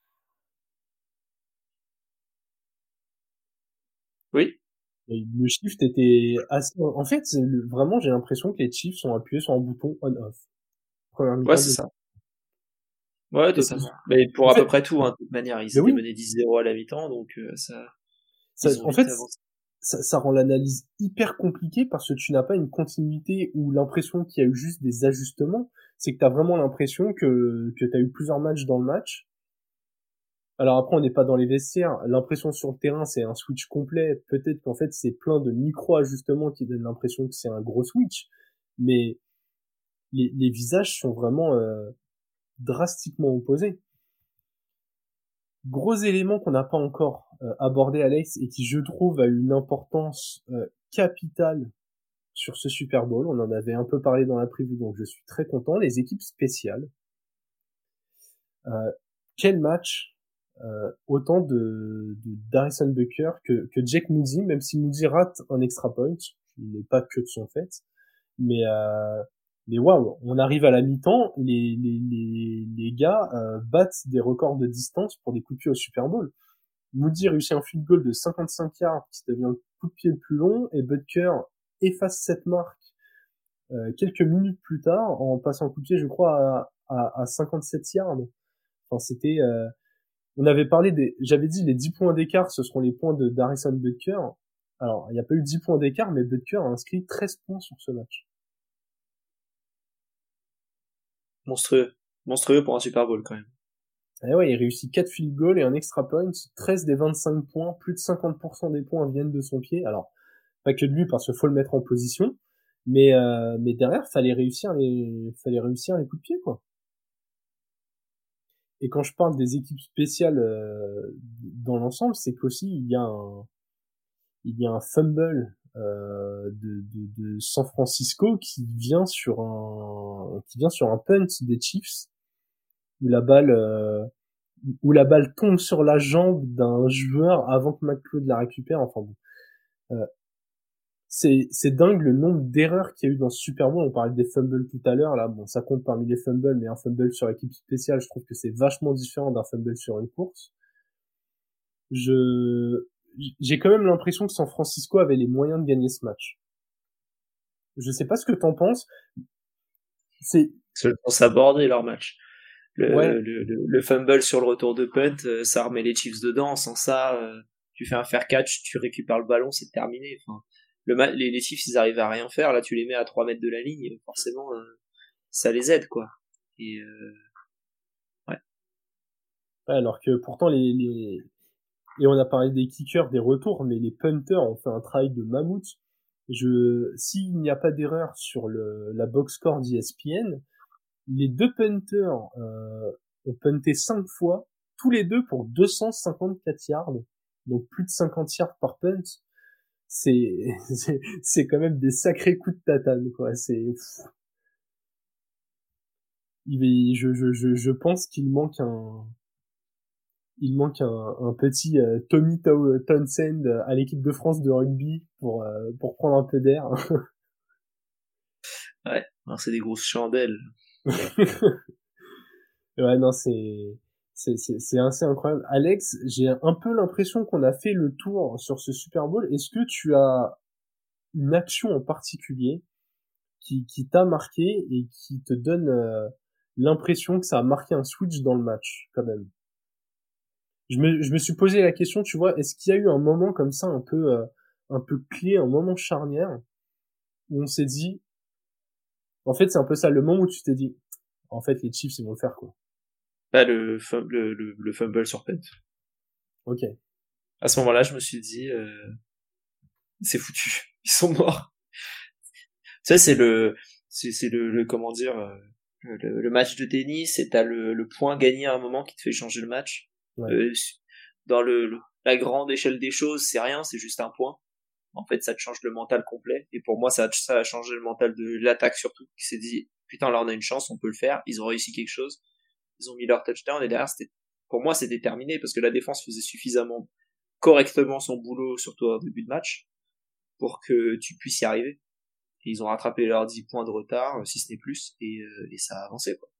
Oui. Et le shift était assez... En fait, le... vraiment, j'ai l'impression que les Chiefs sont appuyés sur un bouton on-off. Première mi-temps. Ouais, c'est de... ça. Ouais, totalement. Mais pour en à fait... peu près tout, hein, de toute manière. Ils étaient oui. menés dix zéro à la mi-temps, donc euh, ça... ça en fait, ça, ça rend l'analyse hyper compliquée parce que tu n'as pas une continuité ou l'impression qu'il y a eu juste des ajustements. C'est que tu as vraiment l'impression que, que tu as eu plusieurs matchs dans le match. Alors après, on n'est pas dans les vestiaires. L'impression sur le terrain, c'est un switch complet. Peut-être qu'en fait, c'est plein de micro-ajustements qui donnent l'impression que c'est un gros switch. Mais les, les visages sont vraiment euh, drastiquement opposés. Gros élément qu'on n'a pas encore euh, abordé, Alex, et qui, je trouve, a eu une importance euh, capitale sur ce Super Bowl. On en avait un peu parlé dans la preview, donc je suis très content. Les équipes spéciales. Euh, quel match euh, autant de, de d'Harrison Butker que, que Jake Moody, même si Moody rate un extra point, il n'est pas que de son fait. Mais euh, mais waouh, on arrive à la mi-temps, les les les, les gars euh, battent des records de distance pour des coups de pied au Super Bowl. Moody réussit un field goal de cinquante-cinq yards qui devient le coup de pied le plus long, et Butker efface cette marque euh, quelques minutes plus tard en passant un coup de pied, je crois, à, à, à cinquante-sept yards. Enfin, c'était euh, on avait parlé des, j'avais dit les dix points d'écart, ce seront les points de d'Harrison Butker. Alors, il n'y a pas eu dix points d'écart, mais Butker a inscrit treize points sur ce match. Monstrueux. Monstrueux pour un Super Bowl, quand même. Et ouais, il réussit quatre field goals et un extra point, treize des vingt-cinq points, plus de cinquante pour cent des points viennent de son pied. Alors, pas que de lui, parce qu'il faut le mettre en position, mais, euh, mais derrière, fallait réussir les, fallait réussir les coups de pied, quoi. Et quand je parle des équipes spéciales euh, dans l'ensemble, c'est qu'aussi il y a un, il y a un fumble euh, de, de, de San Francisco qui vient sur un, qui vient sur un punt des Chiefs où la balle, euh, où la balle tombe sur la jambe d'un joueur avant que McLeod la récupère. Enfin bon, euh, c'est c'est dingue le nombre d'erreurs qu'il y a eu dans ce Super Bowl. On parlait des fumbles tout à l'heure là, bon ça compte parmi les fumbles, mais un fumble sur équipe spéciale, je trouve que c'est vachement différent d'un fumble sur une course. Je j'ai quand même l'impression que San Francisco avait les moyens de gagner ce match. Je sais pas ce que t'en penses. C'est ils vont s'aborder leur match. Le, ouais. le, le, le fumble sur le retour de punt, ça remet les Chiefs dedans. Sans ça, euh, tu fais un fair catch, tu récupères le ballon, c'est terminé. Enfin, le les, les Chiefs, ils arrivent à rien faire. Là, tu les mets à trois mètres de la ligne, forcément, euh, ça les aide, quoi. Et euh... ouais. ouais. Alors que pourtant les, les et on a parlé des kickers, des retours, mais les punters ont fait un travail de mammouth. Je, s'il n'y a pas d'erreur sur le la box score d'E S P N, les deux punters euh, ont punté cinq fois, tous les deux pour deux cent cinquante-quatre yards, donc plus de cinquante yards par punt. C'est c'est, c'est quand même des sacrés coups de tatane, quoi. C'est il, je, je, je, je pense qu'il manque un, il manque un, un petit euh, Tommy Townsend à l'équipe de France de rugby pour, euh, pour prendre un peu d'air. Ouais, c'est des grosses chandelles. Ouais, non, c'est, c'est, c'est, c'est assez incroyable. Alex, j'ai un peu l'impression qu'on a fait le tour sur ce Super Bowl. Est-ce que tu as une action en particulier qui, qui t'a marqué et qui te donne euh, l'impression que ça a marqué un switch dans le match, quand même? Je me, je me suis posé la question, tu vois, est-ce qu'il y a eu un moment comme ça, un peu, euh, un peu clé, un moment charnière, où on s'est dit, en fait, c'est un peu ça, le moment où tu t'es dit, en fait, les Chiefs, ils vont le faire, quoi. Bah, le, le, le, le fumble sur Pent. Ok. À ce moment-là, je me suis dit, euh, c'est foutu. Ils sont morts. Ça, c'est le, c'est, c'est le, le, comment dire, euh, le, le match de tennis, et t'as le, le point gagné à un moment qui te fait changer le match. Ouais. Euh, dans le, le, la grande échelle des choses, c'est rien, c'est juste un point. En fait, ça te change le mental complet. Et pour moi, ça a, ça a changé le mental de l'attaque surtout, qui s'est dit, putain, là, on a une chance, on peut le faire. Ils ont réussi quelque chose. Ils ont mis leur touchdown, et derrière, c'était, pour moi, c'était terminé, parce que la défense faisait suffisamment correctement son boulot, surtout au début de match, pour que tu puisses y arriver. Et ils ont rattrapé leurs dix points de retard, si ce n'est plus, et, euh, et ça a avancé, quoi.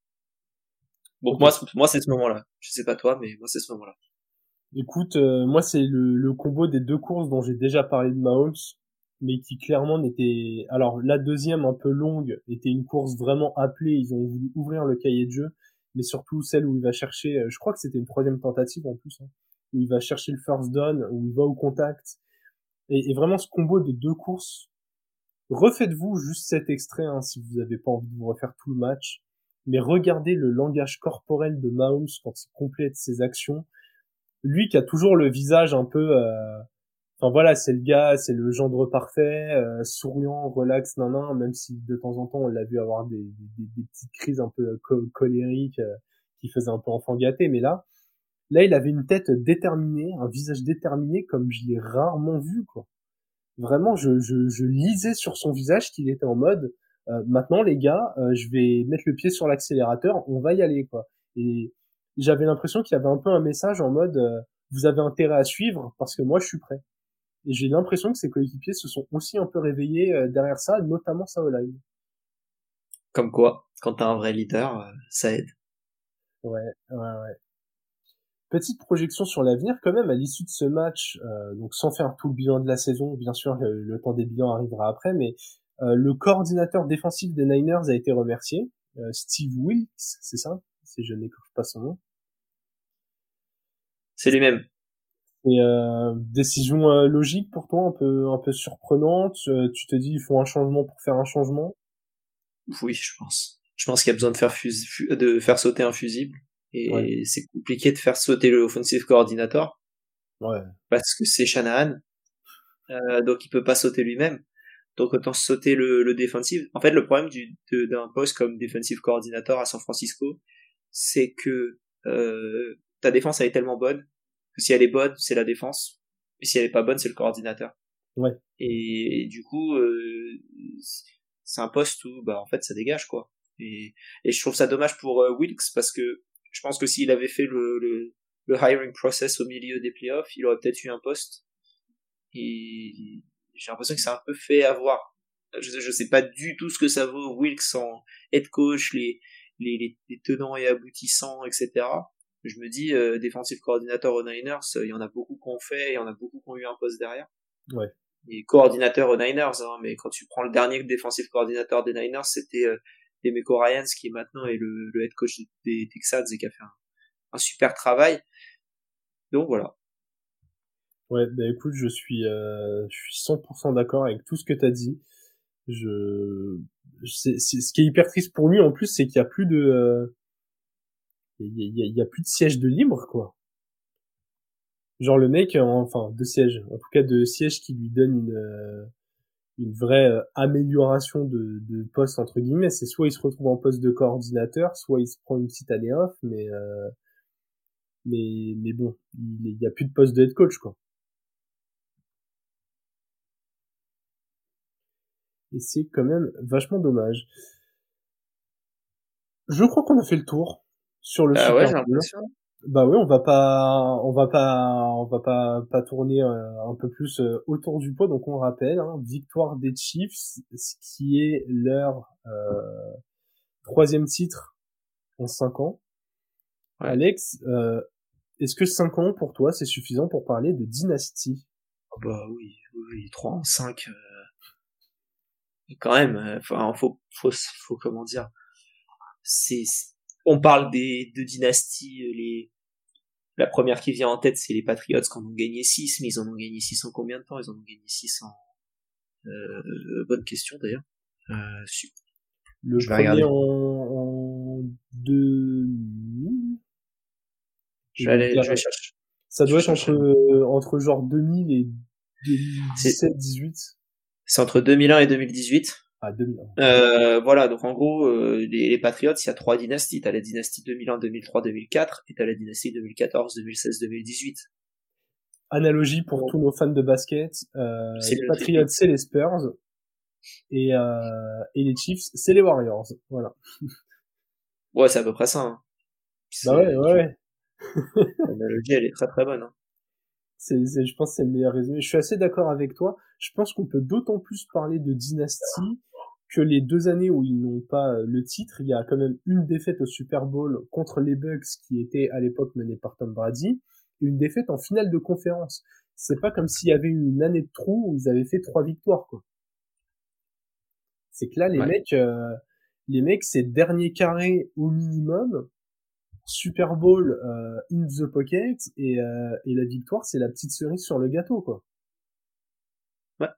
Donc Okay. moi, moi, c'est ce moment-là. Je sais pas toi, mais moi, c'est ce moment-là. Écoute, euh, moi, c'est le, le combo des deux courses dont j'ai déjà parlé de Mahomes, mais qui clairement n'était... Alors, la deuxième, un peu longue, était une course vraiment appelée. Ils ont voulu ouvrir le cahier de jeu, mais surtout celle où il va chercher... Je crois que c'était une troisième tentative en plus, hein, où il va chercher le first down, où il va au contact. Et, et vraiment, ce combo de deux courses, refaites-vous juste cet extrait, hein, si vous n'avez pas envie de vous refaire tout le match, mais regardez le langage corporel de Mahomes quand il complète ses actions. Lui qui a toujours le visage un peu... Euh... Enfin voilà, c'est le gars, c'est le gendre parfait, euh, souriant, relax, nanan, même si de temps en temps on l'a vu avoir des, des, des petites crises un peu co- colériques euh, qui faisaient un peu enfant gâté, mais là, là il avait une tête déterminée, un visage déterminé comme je l'ai rarement vu, quoi. Vraiment, je, je, je lisais sur son visage qu'il était en mode euh, maintenant les gars, euh, je vais mettre le pied sur l'accélérateur, on va y aller, quoi. Et j'avais l'impression qu'il y avait un peu un message en mode euh, vous avez intérêt à suivre parce que moi je suis prêt. Et j'ai l'impression que ses coéquipiers se sont aussi un peu réveillés euh, derrière ça, notamment sa O-line. Comme quoi, quand t'as un vrai leader, euh, ça aide. Ouais, ouais, ouais. Petite projection sur l'avenir quand même à l'issue de ce match, euh, donc sans faire tout le bilan de la saison, bien sûr le, le temps des bilans arrivera après, mais euh, le coordinateur défensif des Niners a été remercié, euh, Steve Wilkes, c'est ça, si je n'écorche pas son nom. C'est les mêmes. Et euh, décision euh, logique pour toi, un peu un peu surprenante. Euh, tu te dis il faut un changement pour faire un changement. Oui, je pense. Je pense qu'il y a besoin de faire fus- fu- de faire sauter un fusible. Ouais, Et c'est compliqué de faire sauter le offensive coordinator ouais, parce que c'est Shanahan, euh, donc il peut pas sauter lui-même. Donc autant sauter le, le defensive. En fait, le problème du, de- d'un poste comme defensive coordinator à San Francisco, c'est que euh, ta défense elle est tellement bonne que si elle est bonne, c'est la défense, et si elle est pas bonne, c'est le coordinateur. ouais, Et, et du coup, euh, c'est un poste où bah en fait ça dégage quoi. Et, et je trouve ça dommage pour euh, Wilkes parce que je pense que s'il avait fait le, le, le hiring process au milieu des playoffs, il aurait peut-être eu un poste. Et j'ai l'impression que c'est un peu fait avoir. Je, je sais pas du tout ce que ça vaut Wilkes en head coach, les, les, les, les tenants et aboutissants, et cetera. Je me dis, euh, défensif coordinateur aux Niners, il y en a beaucoup qui ont fait, il y en a beaucoup qui ont eu un poste derrière. ouais. Et coordinateur aux Niners, hein, mais quand tu prends le dernier défensif coordinateur des Niners, c'était euh, Demeco Ryans, qui maintenant est le, le head coach des Texans et qui a fait un, un super travail. Donc voilà. Ouais, bah écoute, je suis, euh, je suis cent pour cent d'accord avec tout ce que t'as dit. Je, c'est, c'est, ce qui est hyper triste pour lui en plus, c'est qu'il y a plus de, euh, il y a, il y a plus de siège de libre, quoi. Genre le mec, euh, enfin de siège, en tout cas de siège qui lui donne une, euh, une vraie euh, amélioration de, de poste entre guillemets. C'est soit il se retrouve en poste de coordinateur, soit il se prend une petite année off, mais euh, mais mais bon, il, il y a plus de poste de head coach, quoi. Et c'est quand même vachement dommage. Je crois qu'on a fait le tour sur le Bah ouais, Super j'ai Bowl. l'impression. Bah oui, on va pas, on va pas, on va pas, pas tourner euh, un peu plus euh, autour du pot. Donc on rappelle, hein, victoire des Chiefs, ce qui est leur euh, troisième titre en cinq ans. Ouais. Alex, euh, est-ce que cinq ans pour toi c'est suffisant pour parler de dynastie? Oh bah oui, oui, oui, trois en cinq, euh, quand même. Enfin, faut, faut, faut comment dire. C'est, on parle des de dynasties. Les, la première qui vient en tête, c'est les Patriots qui en ont gagné six, mais ils en ont gagné six en combien de temps? Ils en ont gagné six en, euh, bonne question d'ailleurs. Euh, Le je vais premier regarder. en, en deux mille. Je vais aller, je vais chercher. Ça Je doit vais être entre, chercher. euh, entre genre deux mille et C'est, deux mille dix-sept dix-huit. c'est entre deux mille un et deux mille dix-huit. Ah, deux mille un. Euh, voilà, donc en gros, euh, les, les Patriots, il y a trois dynasties. T'as la dynastie deux mille un, deux mille trois, deux mille quatre, et t'as la dynastie deux mille quatorze, deux mille seize, deux mille dix-huit. Analogie pour Bon, tous nos fans de basket, euh, c'est les le Patriots, triplé. c'est les Spurs, et, euh, et les Chiefs, c'est les Warriors. Voilà. Ouais, c'est à peu près ça. Hein. Bah ouais, C'est, ouais, tu, ouais. l'analogie, elle est très très bonne. Hein. C'est, c'est, je pense que c'est le meilleur résumé. Je suis assez d'accord avec toi. Je pense qu'on peut d'autant plus parler de dynastie que les deux années où ils n'ont pas euh, le titre, il y a quand même une défaite au Super Bowl contre les Bucks qui était à l'époque menée par Tom Brady, et une défaite en finale de conférence. C'est pas comme s'il y avait eu une année de trou où ils avaient fait trois victoires, quoi. C'est que là, les Ouais. mecs, euh, les mecs, c'est dernier carré au minimum, Super Bowl euh, in the pocket, et, euh, et la victoire, c'est la petite cerise sur le gâteau, quoi. Ouais.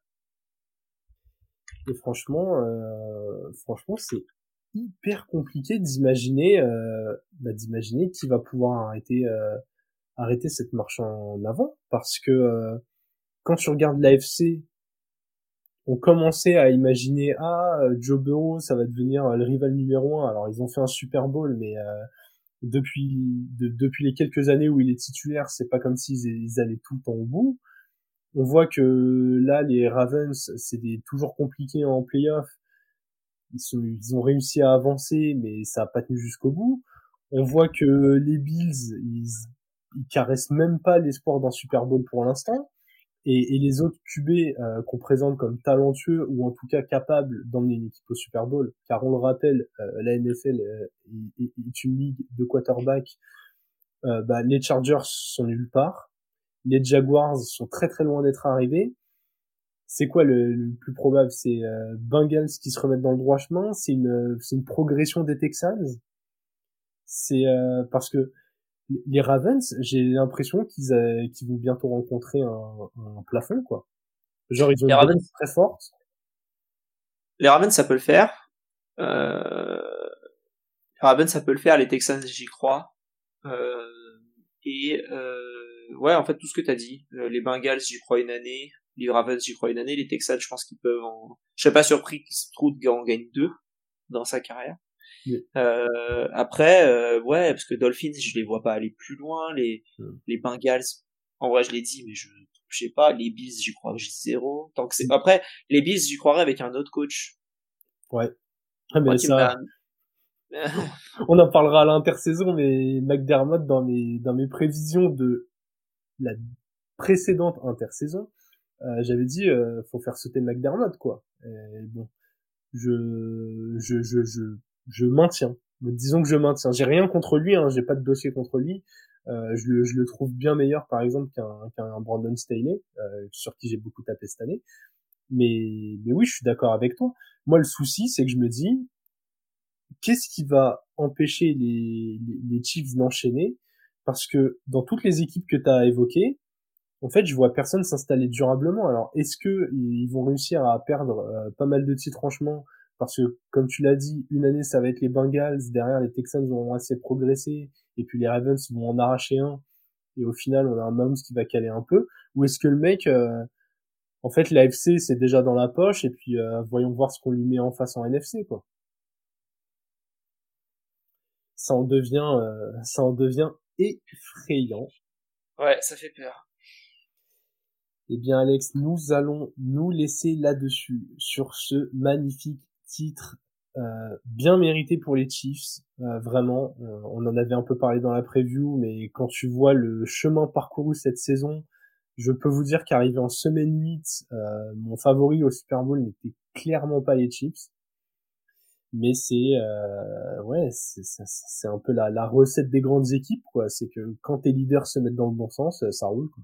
Et franchement, euh, franchement, c'est hyper compliqué d'imaginer, euh, bah, d'imaginer qui va pouvoir arrêter, euh, arrêter cette marche en avant, parce que euh, quand tu regardes l'A F C, on commençait à imaginer ah Joe Burrow, ça va devenir le rival numéro un. Alors ils ont fait un Super Bowl, mais euh, depuis de, depuis les quelques années où il est titulaire, c'est pas comme s'ils ils allaient tout le temps au bout. On voit que là, les Ravens, c'est des, toujours compliqué en playoff. Ils, sont, ils ont réussi à avancer, mais ça a pas tenu jusqu'au bout. On voit que les Bills, ils, ils caressent même pas l'espoir d'un Super Bowl pour l'instant. Et, et les autres Q B euh, qu'on présente comme talentueux ou en tout cas capables d'emmener une équipe au Super Bowl, car on le rappelle, euh, la N F L euh, est, est une ligue de quarterbacks. Euh, bah, les Chargers sont nulle part, les Jaguars sont très très loin d'être arrivés. C'est quoi le, le plus probable? C'est euh, Bengals qui se remettent dans le droit chemin. C'est une c'est une progression des Texans. C'est euh, parce que les Ravens, j'ai l'impression qu'ils euh, qu'ils vont bientôt rencontrer un, un plafond, quoi. Genre ils ont Les une Ravens, défense très forte. les Ravens, ça peut le faire. Euh, les Ravens, ça peut le faire. Les Texans, j'y crois. Euh, et euh, ouais, en fait, tout ce que t'as dit. Euh, les Bengals, j'y crois une année. Les Ravens, j'y crois une année. Les Texans, je pense qu'ils peuvent en... Je serais pas surpris que Stroud en gagne deux dans sa carrière. Mais, Euh, après, euh, ouais, parce que Dolphins, je les vois pas aller plus loin. Les, euh, les Bengals, en vrai, je l'ai dit, mais je, je sais pas. Les Bills, j'y crois j'ai zéro. Tant que c'est, après, les Bills, j'y croirais avec un autre coach. ouais. Ah, Moi mais qui me ça, m'a- on en parlera à l'intersaison, mais McDermott, dans mes, dans mes prévisions de la précédente intersaison, euh, j'avais dit, euh, faut faire sauter McDermott, quoi. Et bon, je, je, je, je, je maintiens. Disons que je maintiens. J'ai rien contre lui, hein, j'ai pas de dossier contre lui. Euh, je, le, je le trouve bien meilleur, par exemple, qu'un qu'un Brandon Staley, euh, sur qui j'ai beaucoup tapé cette année. Mais, mais oui, je suis d'accord avec toi. Moi, le souci, c'est que je me dis, qu'est-ce qui va empêcher les, les, les Chiefs d'enchaîner? Parce que dans toutes les équipes que tu as évoquées, en fait, je vois personne s'installer durablement. Alors, est-ce que ils vont réussir à perdre euh, pas mal de titres, franchement? Parce que, comme tu l'as dit, une année, ça va être les Bengals, derrière, les Texans auront assez progressé, et puis les Ravens vont en arracher un, et au final, on a un Mahomes qui va caler un peu. Ou est-ce que le mec, euh, en fait, l'A F C, c'est déjà dans la poche, et puis euh, voyons voir ce qu'on lui met en face en N F C, quoi. Ça en devient, euh, ça en devient effrayant. ouais, ça fait peur. Eh bien, Alex, nous allons nous laisser là-dessus, sur ce magnifique titre Euh, bien mérité pour les Chiefs, euh, vraiment. Euh, on en avait un peu parlé dans la preview, mais quand tu vois le chemin parcouru cette saison, je peux vous dire qu'arrivé en semaine huit, euh, mon favori au Super Bowl n'était clairement pas les Chiefs. Mais c'est euh, ouais, c'est, c'est, c'est un peu la, la recette des grandes équipes, quoi. C'est que quand tes leaders se mettent dans le bon sens, ça roule, quoi.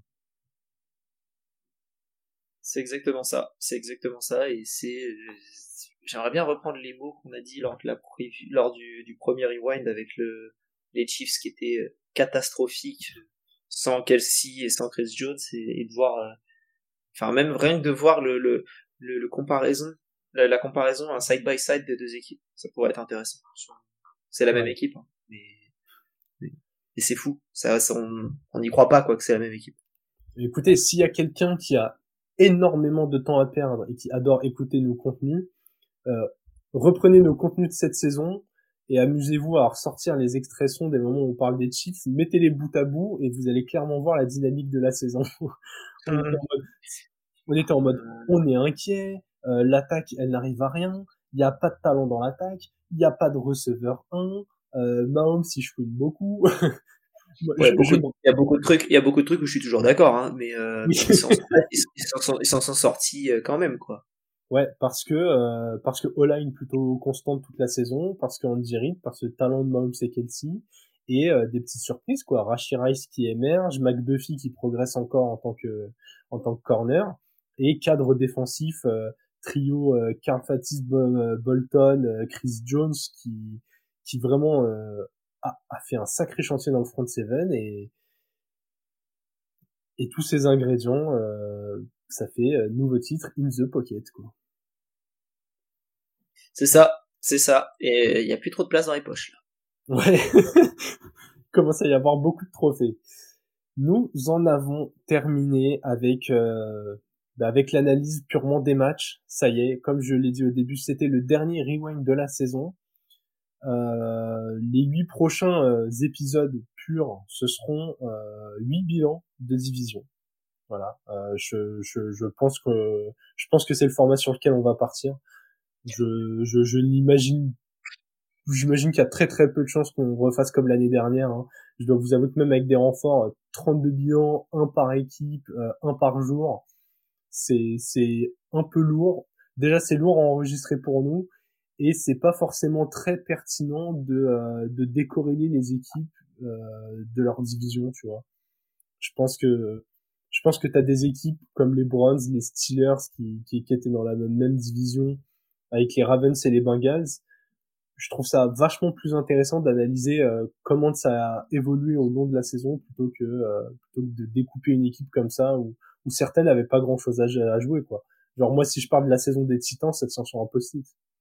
C'est exactement ça. C'est exactement ça. Et c'est, j'aimerais bien reprendre les mots qu'on a dit lors de la preview, lors du, du premier rewind avec le, les Chiefs qui étaient catastrophiques sans Kelsey et sans Chris Jones et, et de voir, euh, enfin même rien que de voir le, le, le, le comparaison, la, la comparaison, un side by side des deux équipes, ça pourrait être intéressant. C'est la ouais. même équipe, hein, mais, mais et c'est fou. Ça, ça on n'y croit pas quoi que c'est la même équipe. Écoutez, s'il y a quelqu'un qui a énormément de temps à perdre et qui adore écouter nos contenus, euh, reprenez nos contenus de cette saison et amusez-vous à ressortir les extraits sons des moments où on parle des Chiefs, mettez-les bout à bout et vous allez clairement voir la dynamique de la saison. on, était en mode, on était en mode, on est inquiet, euh, l'attaque, elle n'arrive à rien, il n'y a pas de talent dans l'attaque, il n'y a pas de receveur un, euh, Mahomes il chouine beaucoup. Ouais, il je... y a beaucoup de trucs, il y a beaucoup de trucs où je suis toujours d'accord, hein, mais, euh, mais ils s'en sont, sont, sont sortis quand même, quoi. Ouais, parce que euh, parce que O-line plutôt constante toute la saison, parce que Andy Reid, parce que le talent de Mahomes et Kelsey, et euh, des petites surprises, quoi. Rashee Rice qui émerge, McDuffie qui progresse encore en tant que en tant que corner, et cadre défensif euh, trio euh, Karl Fatis Bolton, euh, Chris Jones qui qui vraiment euh, a, a fait un sacré chantier dans le front seven et et tous ces ingrédients, euh, ça fait euh, nouveau titre in the pocket, quoi. C'est ça, c'est ça. Et il y a plus trop de place dans les poches là. Ouais. Commence à y avoir beaucoup de trophées. Nous en avons terminé avec euh, bah avec l'analyse purement des matchs. Ça y est, comme je l'ai dit au début, c'était le dernier rewind de la saison. Euh, les huit prochains euh, épisodes purs, ce seront euh, huit bilans de division. Voilà. Euh, je, je, je pense que je pense que c'est le format sur lequel on va partir. Je, je, je l'imagine. J'imagine qu'il y a très très peu de chances qu'on refasse comme l'année dernière. Hein. Je dois vous avouer que même avec des renforts, trente-deux bilans, un par équipe, euh, un par jour, c'est c'est un peu lourd. Déjà c'est lourd à enregistrer pour nous et c'est pas forcément très pertinent de euh, de décorréler les équipes euh, de leur division, tu vois. Je pense que je pense que t'as des équipes comme les Browns, les Steelers qui qui, qui étaient dans la même, même division avec les Ravens et les Bengals. Je trouve ça vachement plus intéressant d'analyser euh, comment ça a évolué au long de la saison plutôt que euh, plutôt que de découper une équipe comme ça où, où certaines n'avaient pas grand chose à, à jouer, quoi. Genre moi si je parle de la saison des Titans, ça tient sur un post-it.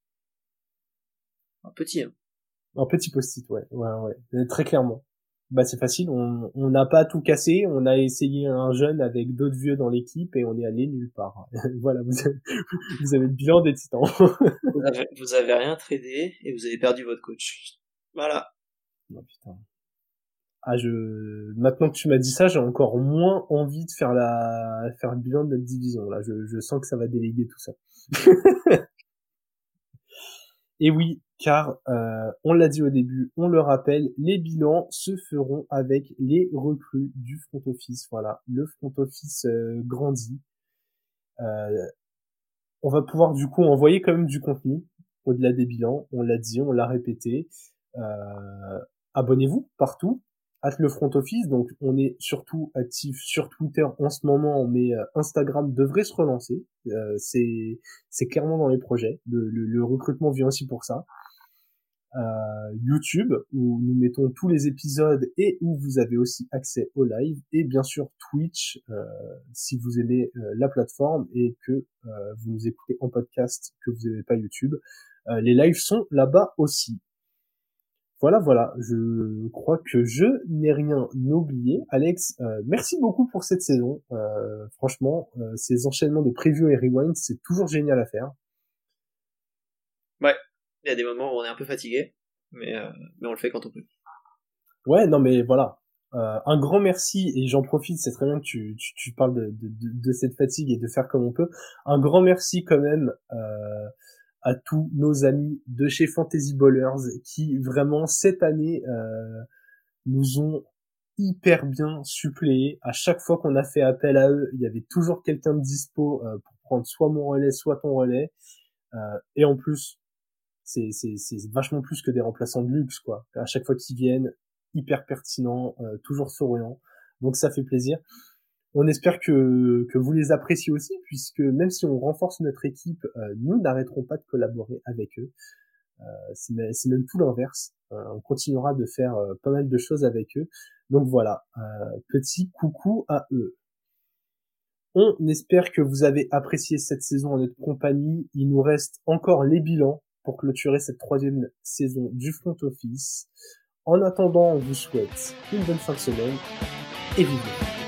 Un petit hein. Un petit post-it, ouais, ouais, ouais, très clairement. Bah c'est facile, on on n'a pas tout cassé, on a essayé un jeune avec d'autres vieux dans l'équipe et on est allé nulle part. Voilà, vous avez, vous avez le bilan des Titans. vous, avez, vous avez rien tradé et vous avez perdu votre coach. Voilà. Non putain. Ah je maintenant que tu m'as dit ça, j'ai encore moins envie de faire la faire le bilan de notre division là, je je sens que ça va déléguer tout ça. Et oui, car euh, on l'a dit au début, on le rappelle, les bilans se feront avec les recrues du front office. Voilà, le front office euh, grandit. Euh, on va pouvoir du coup envoyer quand même du contenu au-delà des bilans. On l'a dit, on l'a répété. Euh, abonnez-vous partout. Hâte le front office. Donc on est surtout actif sur Twitter en ce moment, mais euh, Instagram devrait se relancer. Euh, c'est c'est clairement dans les projets. Le, le, le recrutement vient aussi pour ça. Euh, YouTube où nous mettons tous les épisodes et où vous avez aussi accès au live, et bien sûr Twitch euh, si vous aimez euh, la plateforme et que euh, vous nous écoutez en podcast, que vous n'aimez pas YouTube, euh, les lives sont là-bas aussi. Voilà, voilà, je crois que je n'ai rien oublié. Alex, euh, merci beaucoup pour cette saison. Euh, franchement, euh, ces enchaînements de preview et rewind, c'est toujours génial à faire. Ouais. Il y a des moments où on est un peu fatigué, mais, euh, mais on le fait quand on peut. Ouais, non mais voilà. Euh, un grand merci, et j'en profite, c'est très bien que tu, tu, tu parles de, de, de, de cette fatigue et de faire comme on peut. Un grand merci quand même euh, à tous nos amis de chez Fantasy Ballers qui vraiment cette année euh, nous ont hyper bien suppléé. À chaque fois qu'on a fait appel à eux, il y avait toujours quelqu'un de dispo euh, pour prendre soit mon relais, soit ton relais. Euh, et en plus, c'est, c'est, c'est vachement plus que des remplaçants de luxe, quoi. À chaque fois qu'ils viennent, hyper pertinent, euh, toujours souriant. Donc ça fait plaisir. On espère que, que vous les appréciez aussi, puisque même si on renforce notre équipe, euh, nous n'arrêterons pas de collaborer avec eux. Euh, c'est, c'est même tout l'inverse. Euh, on continuera de faire euh, pas mal de choses avec eux. Donc voilà, euh, petit coucou à eux. On espère que vous avez apprécié cette saison en notre compagnie. Il nous reste encore les bilans pour clôturer cette troisième saison du Front Office. En attendant, on vous souhaite une bonne fin de semaine et vive!